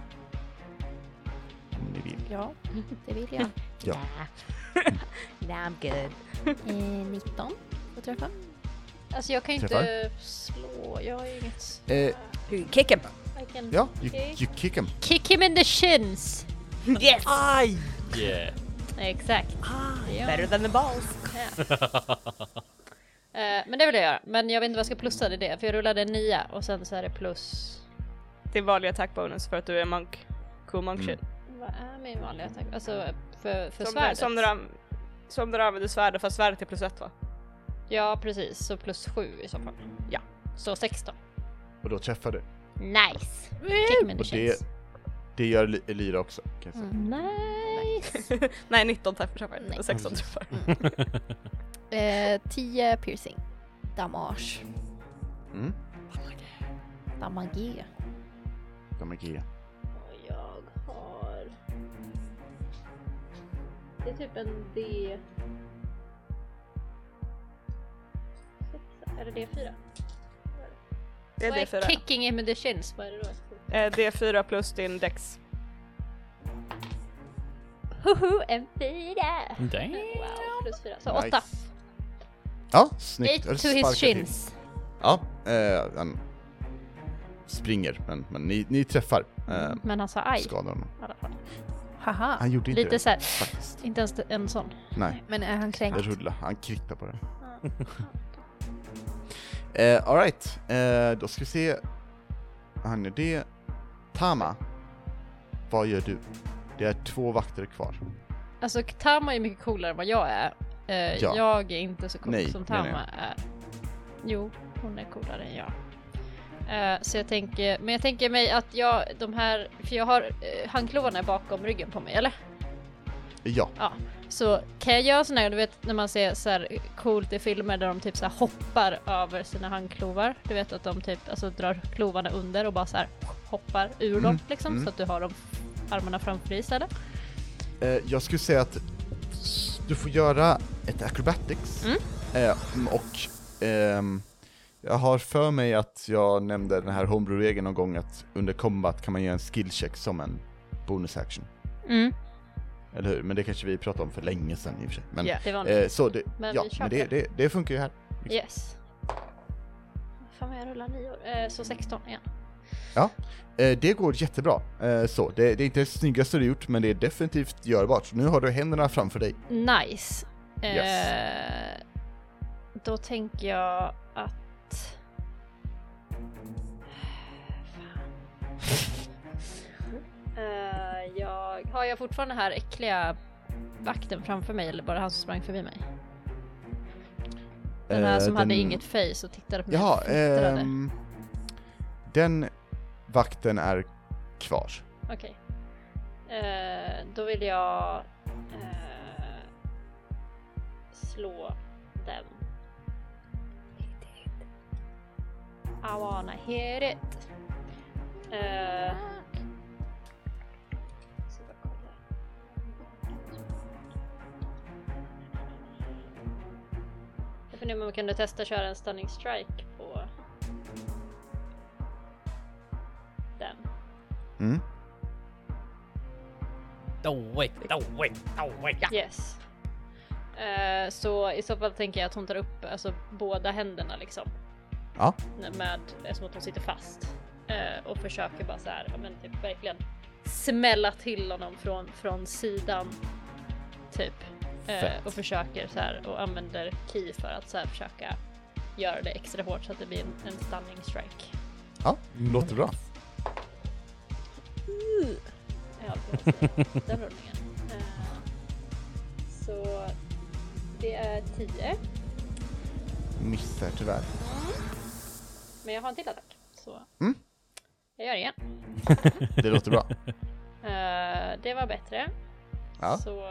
Om ni vill. Ja, det vill jag. Ja. I'm good. Eh, nitton får träffa. Alltså jag kan ju Träffar. inte slå, jag har ju inget... Eh, Kick him. I can ja, you, Okay. you kick him. kick him in the shins! Yes! Aj! Yeah. Exakt. Ja. Better than the balls. Eh, men det vill jag göra, men jag vet inte vad jag ska plussa till det, för jag rullade en nia och sen så är det plus... Till vanlig attack bonus för att du är monk. Cool monk Mm. shit. Vad är min vanliga attack? Alltså för, för Som, svärdet? som, när du, an- som när du använder svärdet, fast svärdet är plus ett va? Ja precis, så plus sju i så fall. Ja. Så sexton. Och då träffar du. Nice! Kick him in the Och det, shins. det gör Ly- Lyra också. Kan jag säga. Mm. Nice! Nej, nitton träffar träffar. Nej. Och sexton träffar. Eh, tio piercing. Damage. Mm. Damage. De är G. Och jag har... Det är typ en D... Sexa. Är det D fyra? Det är Vad D fyra. kicking him in the shins? Vad är det då? Eh, D fyra plus din dex. Hoho, en fyra! Damn. Wow, plus fyra. Så Nice. åtta. Ja, snyggt. Eight to Jag his sparkar till. shins. Ja, eh, han springer, men, men ni, ni träffar. Eh, Men han sa aj skadar honom. i alla fall. Haha. Han gjorde inte Lite det, så här, faktiskt. inte ens en sån. Nej, Men är han kränkt? det rullar. Han kritar på det. Eh, all right. Eh, då ska vi se. Han är det. Tama, vad gör du? Det är två vakter kvar. Alltså Tama är mycket coolare än vad jag är. Eh, Ja. Jag är inte så cool Nej, som menar Tama är. Jo, hon är coolare än jag. Eh, så jag tänker, men jag tänker mig att jag, de här, för jag har uh, handklovarna bakom ryggen på mig, eller? Ja, Ja. Så kan jag göra sån här, du vet när man ser så här coolt i filmer där de typ så här hoppar över sina handklovar. Du vet att de typ alltså drar klovarna under och bara så här hoppar ur Mm, dem liksom, mm. så att du har dem armarna framför dig istället. eh, jag skulle säga att s- du får göra ett acrobatics. Mm. Eh, och ehm, jag har för mig att jag nämnde den här homebrew-regeln någon gång att under combat kan man göra en skill check som en bonus action. Mm. Eller hur? Men det kanske vi pratade om för länge sedan i och för sig. Men, Ja. Det var eh, så det, Men ja, vi kör men på det, det. det, det funkar ju här. Yes. Fan vad jag rullar nior. Eh, så sexton igen. Eh, det går jättebra. Eh, så, det, det är inte det snyggaste du gjort, men det är definitivt görbart. Så nu har du händerna framför dig. Nice. Eh, Yes. Då tänker jag att... Eh, jag... Har jag fortfarande den här äckliga vakten framför mig eller bara han som sprang förbi mig? Den här Eh, som hade den- inget face och tittade på mig Jaha, och fnittrade. ehm, den vakten är kvar. Okej. Eh, då vill jag eh, slå den. I wanna hear it. Eh, så bara kolla. Jag funderar om man kunde testa köra en stunning strike på den. Mm. Do it, do it, do it. Yes. Eh, så i så fall tänker jag att hon tar upp alltså, båda händerna liksom. Ja. Med, som att hon sitter fast. Eh, och försöker bara så här, ja, men typ verkligen smälla till honom från, från sidan. Typ. Eh, Fett. och försöker så här och använder ki för att så här försöka göra det extra hårt så att det blir en, en stunning strike. Ja, låter bra. Ja, det är den rullningen. Eh, så det är tio. Missar tyvärr. Men jag har en till attack. Så Mm. jag gör det igen. Det låter bra. Uh, det var bättre. Ja. Så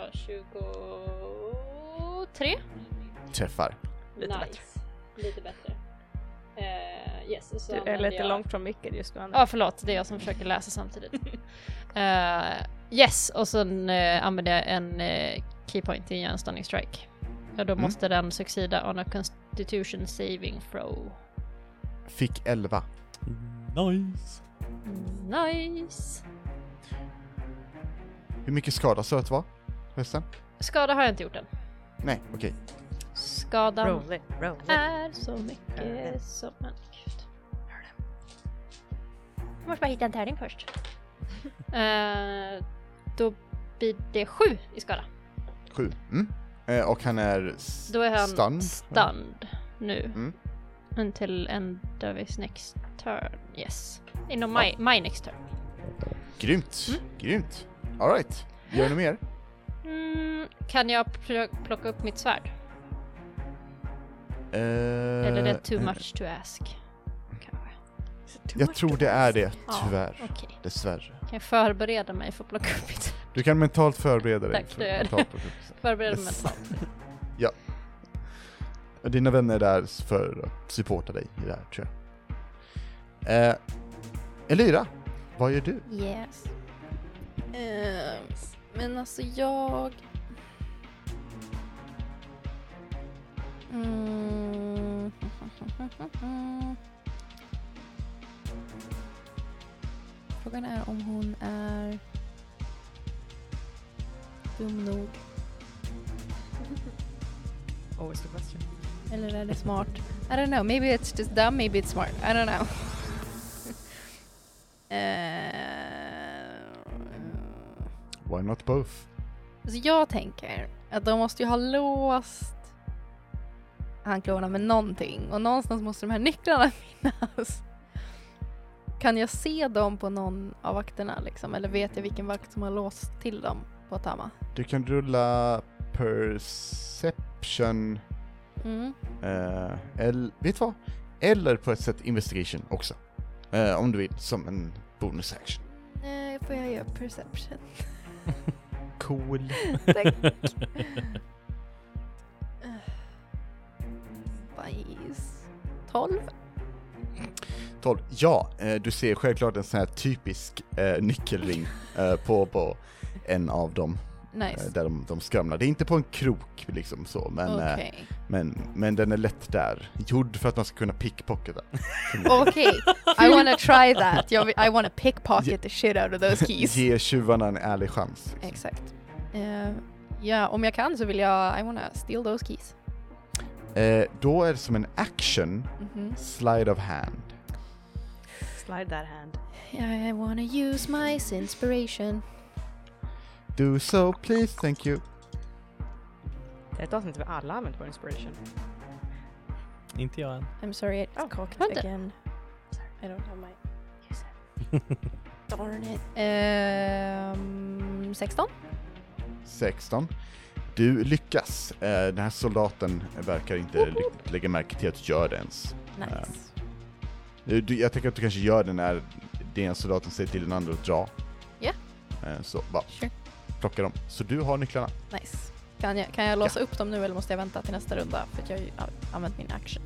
tjugotre. Träffar. Lite nice. bättre. Lite bättre. Uh, yes, och så Du är använder lite jag... långt från micken just nu. Ja, ah, förlåt. Det är jag som försöker läsa samtidigt. uh, yes, och sen uh, använder jag en uh, keypoint till en stunning strike. Och då Mm. måste den succida on a constitution saving throw. Fick elva. Nice. Nice. Hur mycket skada så att det var? Förresten? Skada har jag inte gjort än. Nej, okej. Skadan Roll it, roll it. är så mycket som en... Gud. Jag måste bara hitta en tärning först. uh, då blir det sju i skada. Sju. Mm. Eh, och han är s- Då är han stunned. stunned nu. Mm. Until end of his next turn. Yes. Inom my, my next turn. Grymt. Mm. Grymt. All right. Gör du mer? Mm, kan jag pl- plocka upp mitt svärd? Eh, Eller är det too eh, much to ask? Kanske. Jag tror det är det, Ja, tyvärr. okej. Dessvärre. Kan jag förbereda mig för att plocka upp mitt svärd? Du kan mentalt förbereda dig. Tack, för det är att det. ta på det. Förbereda mig Yes. mentalt. Och dina vänner är där för att supporta dig i det här, tror jag. Eh, Elira, vad gör du? Yes. Eh, men alltså jag... Mm. Frågan är om hon är dum nog. Always the question. Eller är det smart? I don't know. Maybe it's just dumb, maybe it's smart. I don't know. uh, Why not both? Så jag tänker att de måste ju ha låst handklorna med någonting. Och någonstans måste de här nycklarna finnas. Kan jag se dem på någon av vakterna liksom? Eller vet jag vilken vakt som har låst till dem på Tama? Du kan rulla perception. Mm. Eh, eller, vet du vad? Eller på ett sätt investigation också. Eh, om du vill, som en bonus action. Nej, får jag göra perception? Cool. Tack. Bajs. tolv? tolv. Ja, eh, du ser självklart en sån här typisk eh, nyckelring eh, på, på en av dem. Nice. Eh, där de, de skramlar. Det är inte på en krok liksom så, men, eh, Okej. men, men den är lätt där. Gjord för att man ska kunna pickpocketa. Okej. I wanna try that. Jag vill, I wanna pickpocket the shit out of those keys. Ge tjuvarna en ärlig chans. Liksom. Exakt. Eh, ja, om jag kan så vill jag I wanna steal those keys. Eh, då är det som en action, Mhm. slide of hand. Slide that hand. I wanna use my inspiration. Do so please, thank you. Det är ett avsnitt vi alla har använt på inspiration. Inte jag än. I'm sorry, it's Oh, cocked vänta. again. I don't have my darn it. Ehm, sexton? sexton. Du lyckas. Eh, den här soldaten verkar inte riktigt lägga märke till att du gör det ens. Nice. Du, du, jag tänker att du kanske gör det när den ena soldaten säger till den andra att dra. Ja. Eh, så bara Sure. plocka dem. Så du har nycklarna. Nice. Kan jag, kan jag låsa upp dem nu eller måste jag vänta till nästa runda? För att jag har ju a- använt min action.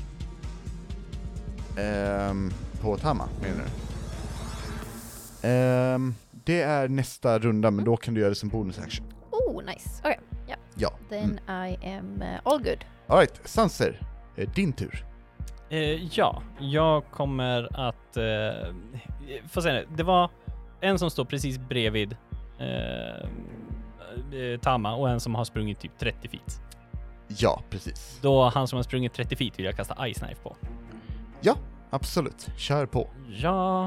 Ehm, på Tama, menar du? Ehm, det är nästa runda, men då kan du göra det som bonus action. Oh, nice. Okej, ja. Ja. Then Mm. I am uh, all good. All right, Sanser. Eh, din tur. Eh, ja, jag kommer att... Eh, får se nu. Det var en som står precis bredvid eh, eh, Tama och en som har sprungit typ trettio feet. Ja, precis. Då han som har sprungit trettio feet vill jag kasta Ice Knife på. Ja, absolut. Kör på. Ja.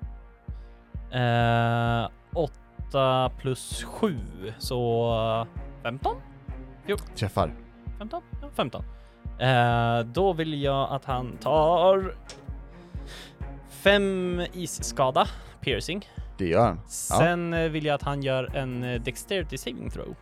Eh, åtta plus sju, så femton? Träffar. femton? Ja, femton. Eh, då vill jag att han tar fem isskada, piercing. Det gör han. Ja. Sen eh, vill jag att han gör en eh, dexterity saving throw.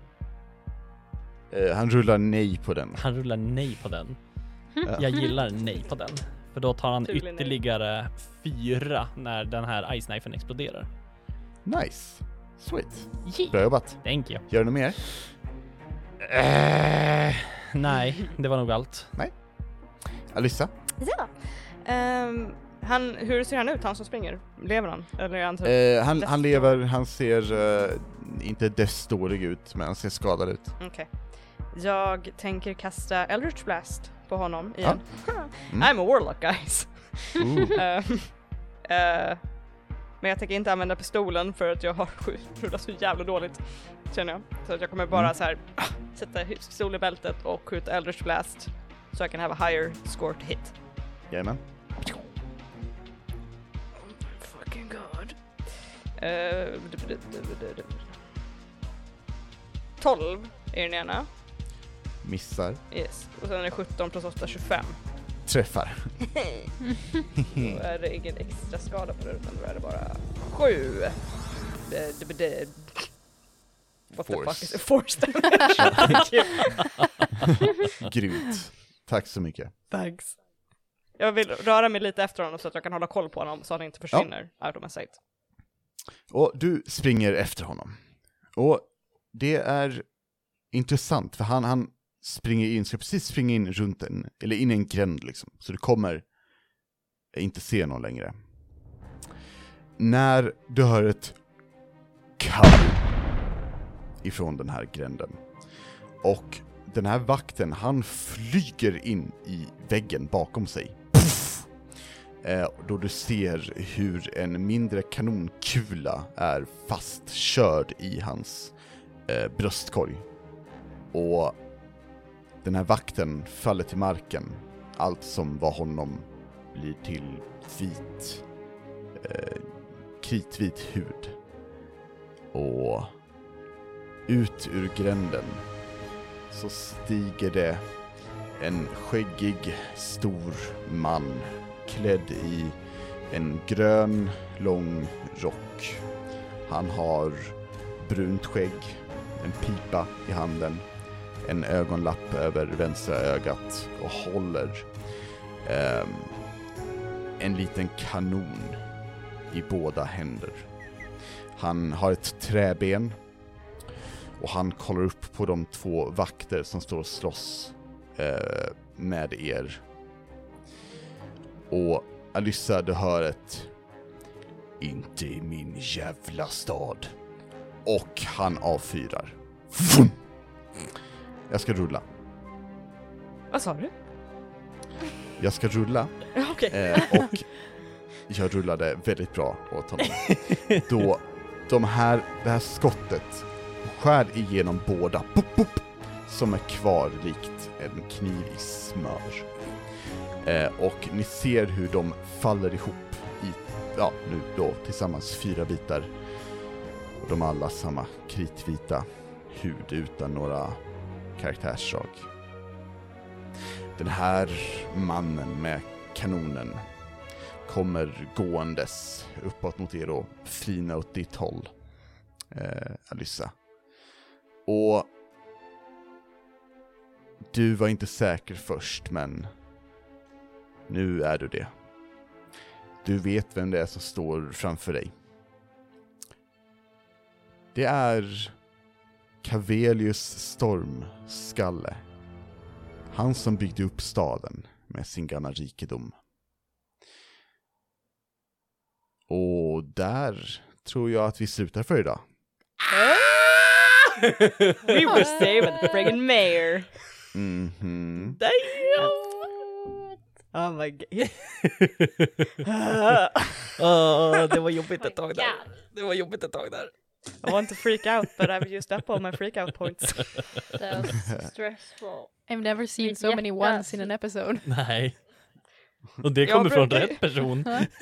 Eh, han rullar nej på den. Han rullar nej på den. Ja. Jag gillar nej på den. För då tar han Tydligen nej. ytterligare fyra när den här ice knifen exploderar. Nice. Sweet. Yeah. Bra jobbat. Thank you. Gör du något mer? Uh, nej, det var nog allt. Nej. Alyssa? Ja. Um, han, hur ser han ut, han som springer? Lever han? Eller är han typ Eh, han, han lever, han ser uh, inte dödsdålig ut, men han ser skadad ut. Okej. Okay. Jag tänker kasta Eldritch Blast på honom igen. Ah. Mm. I'm a warlock, guys. Ooh. uh, uh, men jag tänker inte använda pistolen för att jag har rullat så jävla dåligt, känner jag. Så att jag kommer bara Mm. så här sätta pistol i bältet och skjuta Eldritch Blast så jag kan have a higher score to hit. Jajamän. Fucking god. Uh, tolv är den ena. Missar. Yes. Och sen är det sjutton plus åtta, tjugofem. Träffar. Då är det ingen extra skada på det, utan då är det bara sju. Det, det, det. What Force. the fuck is it? Force damage. Grymt. Tack så mycket. Thanks. Jag vill röra mig lite efter honom så att jag kan hålla koll på honom så att han inte försvinner ja. out of my sight. Och du springer efter honom. Och det är intressant för han, han springer in, ska precis springa in runt en, eller in i en gränd liksom. Så du kommer inte se någon längre. När du hör ett kall ifrån den här gränden. Och den här vakten, han flyger in i väggen bakom sig. Puff! Eh, då du ser hur en mindre kanonkula är fastkörd i hans eh, bröstkorg. Och den här vakten faller till marken. Allt som var honom blir till vit, eh, kritvit hud. Och ut ur gränden så stiger det en skäggig, stor man klädd i en grön, lång rock. Han har brunt skägg, en pipa i handen, en ögonlapp över vänstra ögat och håller eh, en liten kanon i båda händer. Han har ett träben och han kollar upp på de två vakter som står och slåss eh, med er. Och Alyssa, du hör ett inte i min jävla stad. Och han avfyrar. Vum! Jag ska rulla. Vad sa du? Jag ska rulla. Okej. Eh, och jag rullade väldigt bra åt honom. Då de här, det här skottet skär igenom båda. Pop, pop, som är kvar likt en kniv i smör. Eh, och ni ser hur de faller ihop i, ja, nu då tillsammans fyra bitar. Och de har alla samma kritvita hud utan några karaktärsdrag. Den här mannen med kanonen kommer gåendes uppåt mot er och fina åt ditt håll, eh, Alyssa. Och du var inte säker först, men nu är du det. Du vet vem det är som står framför dig. Det är Cavelius Stormskalle. Han som byggde upp staden med sin gamla rikedom. Och där tror jag att vi slutar för idag. We were saving the friggin' mayor. Mhm. Damn! Oh my god. Oh, det var jobbigt ett tag där. Det var jobbigt ett tag där. I want to freak out, but I've used up all my freak out points. That's stressful. I've never seen Mitt so many hjärta. ones in an episode. Nej. Och det Jag kommer från brukar- rätt person.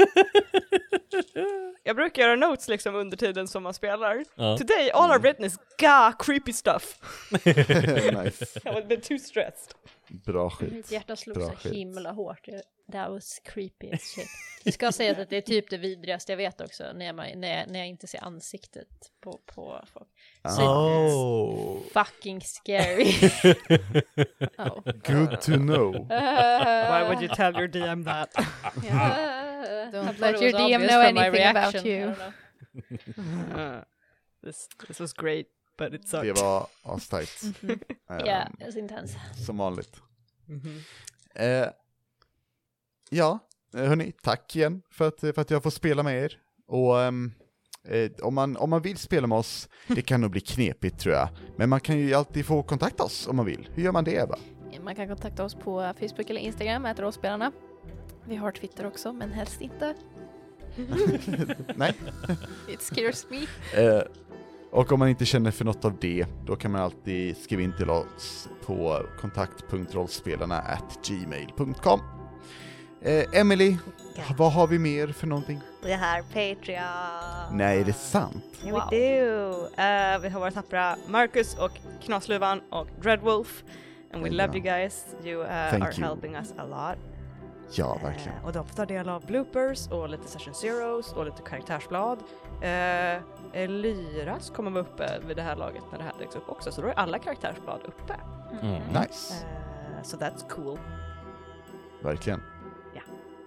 Jag brukar göra notes liksom under tiden som man spelar. Ja. Today all I've written is ga creepy stuff. Nice. I was a bit too stressed. Bra Mitt skit. hjärta slog Bra så skit. himla hårt. That was creepy as shit. Jag ska säga att det är typ det vidrigaste jag vet också. När jag, när jag, när jag inte ser ansiktet på, på folk. Så Oh. fucking scary. Oh. Good to know. Why would you tell your D M that? Yeah. I Don't thought let it your was D M obvious know from my anything about reaction. I you. don't know. Uh, this, this was great, but it sucked. Det var astajt. Ja, yeah, det är intens. Som vanligt. Mm-hmm. Eh, ja, hörni, tack igen för att, för att jag får spela med er. Och um, eh, om, man, om man vill spela med oss, det kan nog bli knepigt tror jag. Men man kan ju alltid få kontakta oss om man vill. Hur gör man det, Eva? Man kan kontakta oss på Facebook eller Instagram, äter rollspelarna. Vi har Twitter också, men helst inte. Nej. It scares me. Eh, och om man inte känner för något av det, då kan man alltid skriva in till oss på kontakt punkt rollspelarna at gmail punkt com. Eh, Emily, Ja. vad har vi mer för någonting? Vi har Patreon. Nej, är det sant? Ja, Wow. vi do. Uh, vi har våra tappra Marcus och Knasluvan och Dreadwolf. And we love you guys. You uh, are you. helping us a lot. Ja, verkligen. Eh, och de får ta del av bloopers och lite session zeros och lite karaktärsblad. Eh, Lyras kommer vara uppe vid det här laget när det här läggs upp också. Så då är alla karaktärsblad uppe. Mm. Nice. Eh, så so that's cool. Verkligen. Ja.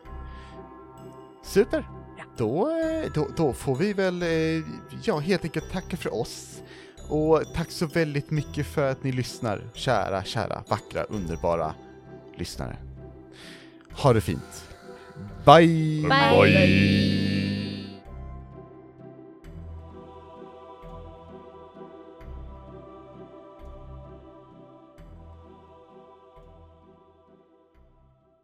Super. Ja. Då, eh, då, då får vi väl eh, ja, helt enkelt tacka för oss. Och tack så väldigt mycket för att ni lyssnar. Kära, kära, vackra, underbara lyssnare. Ha det fint. Bye! Bye. Bye.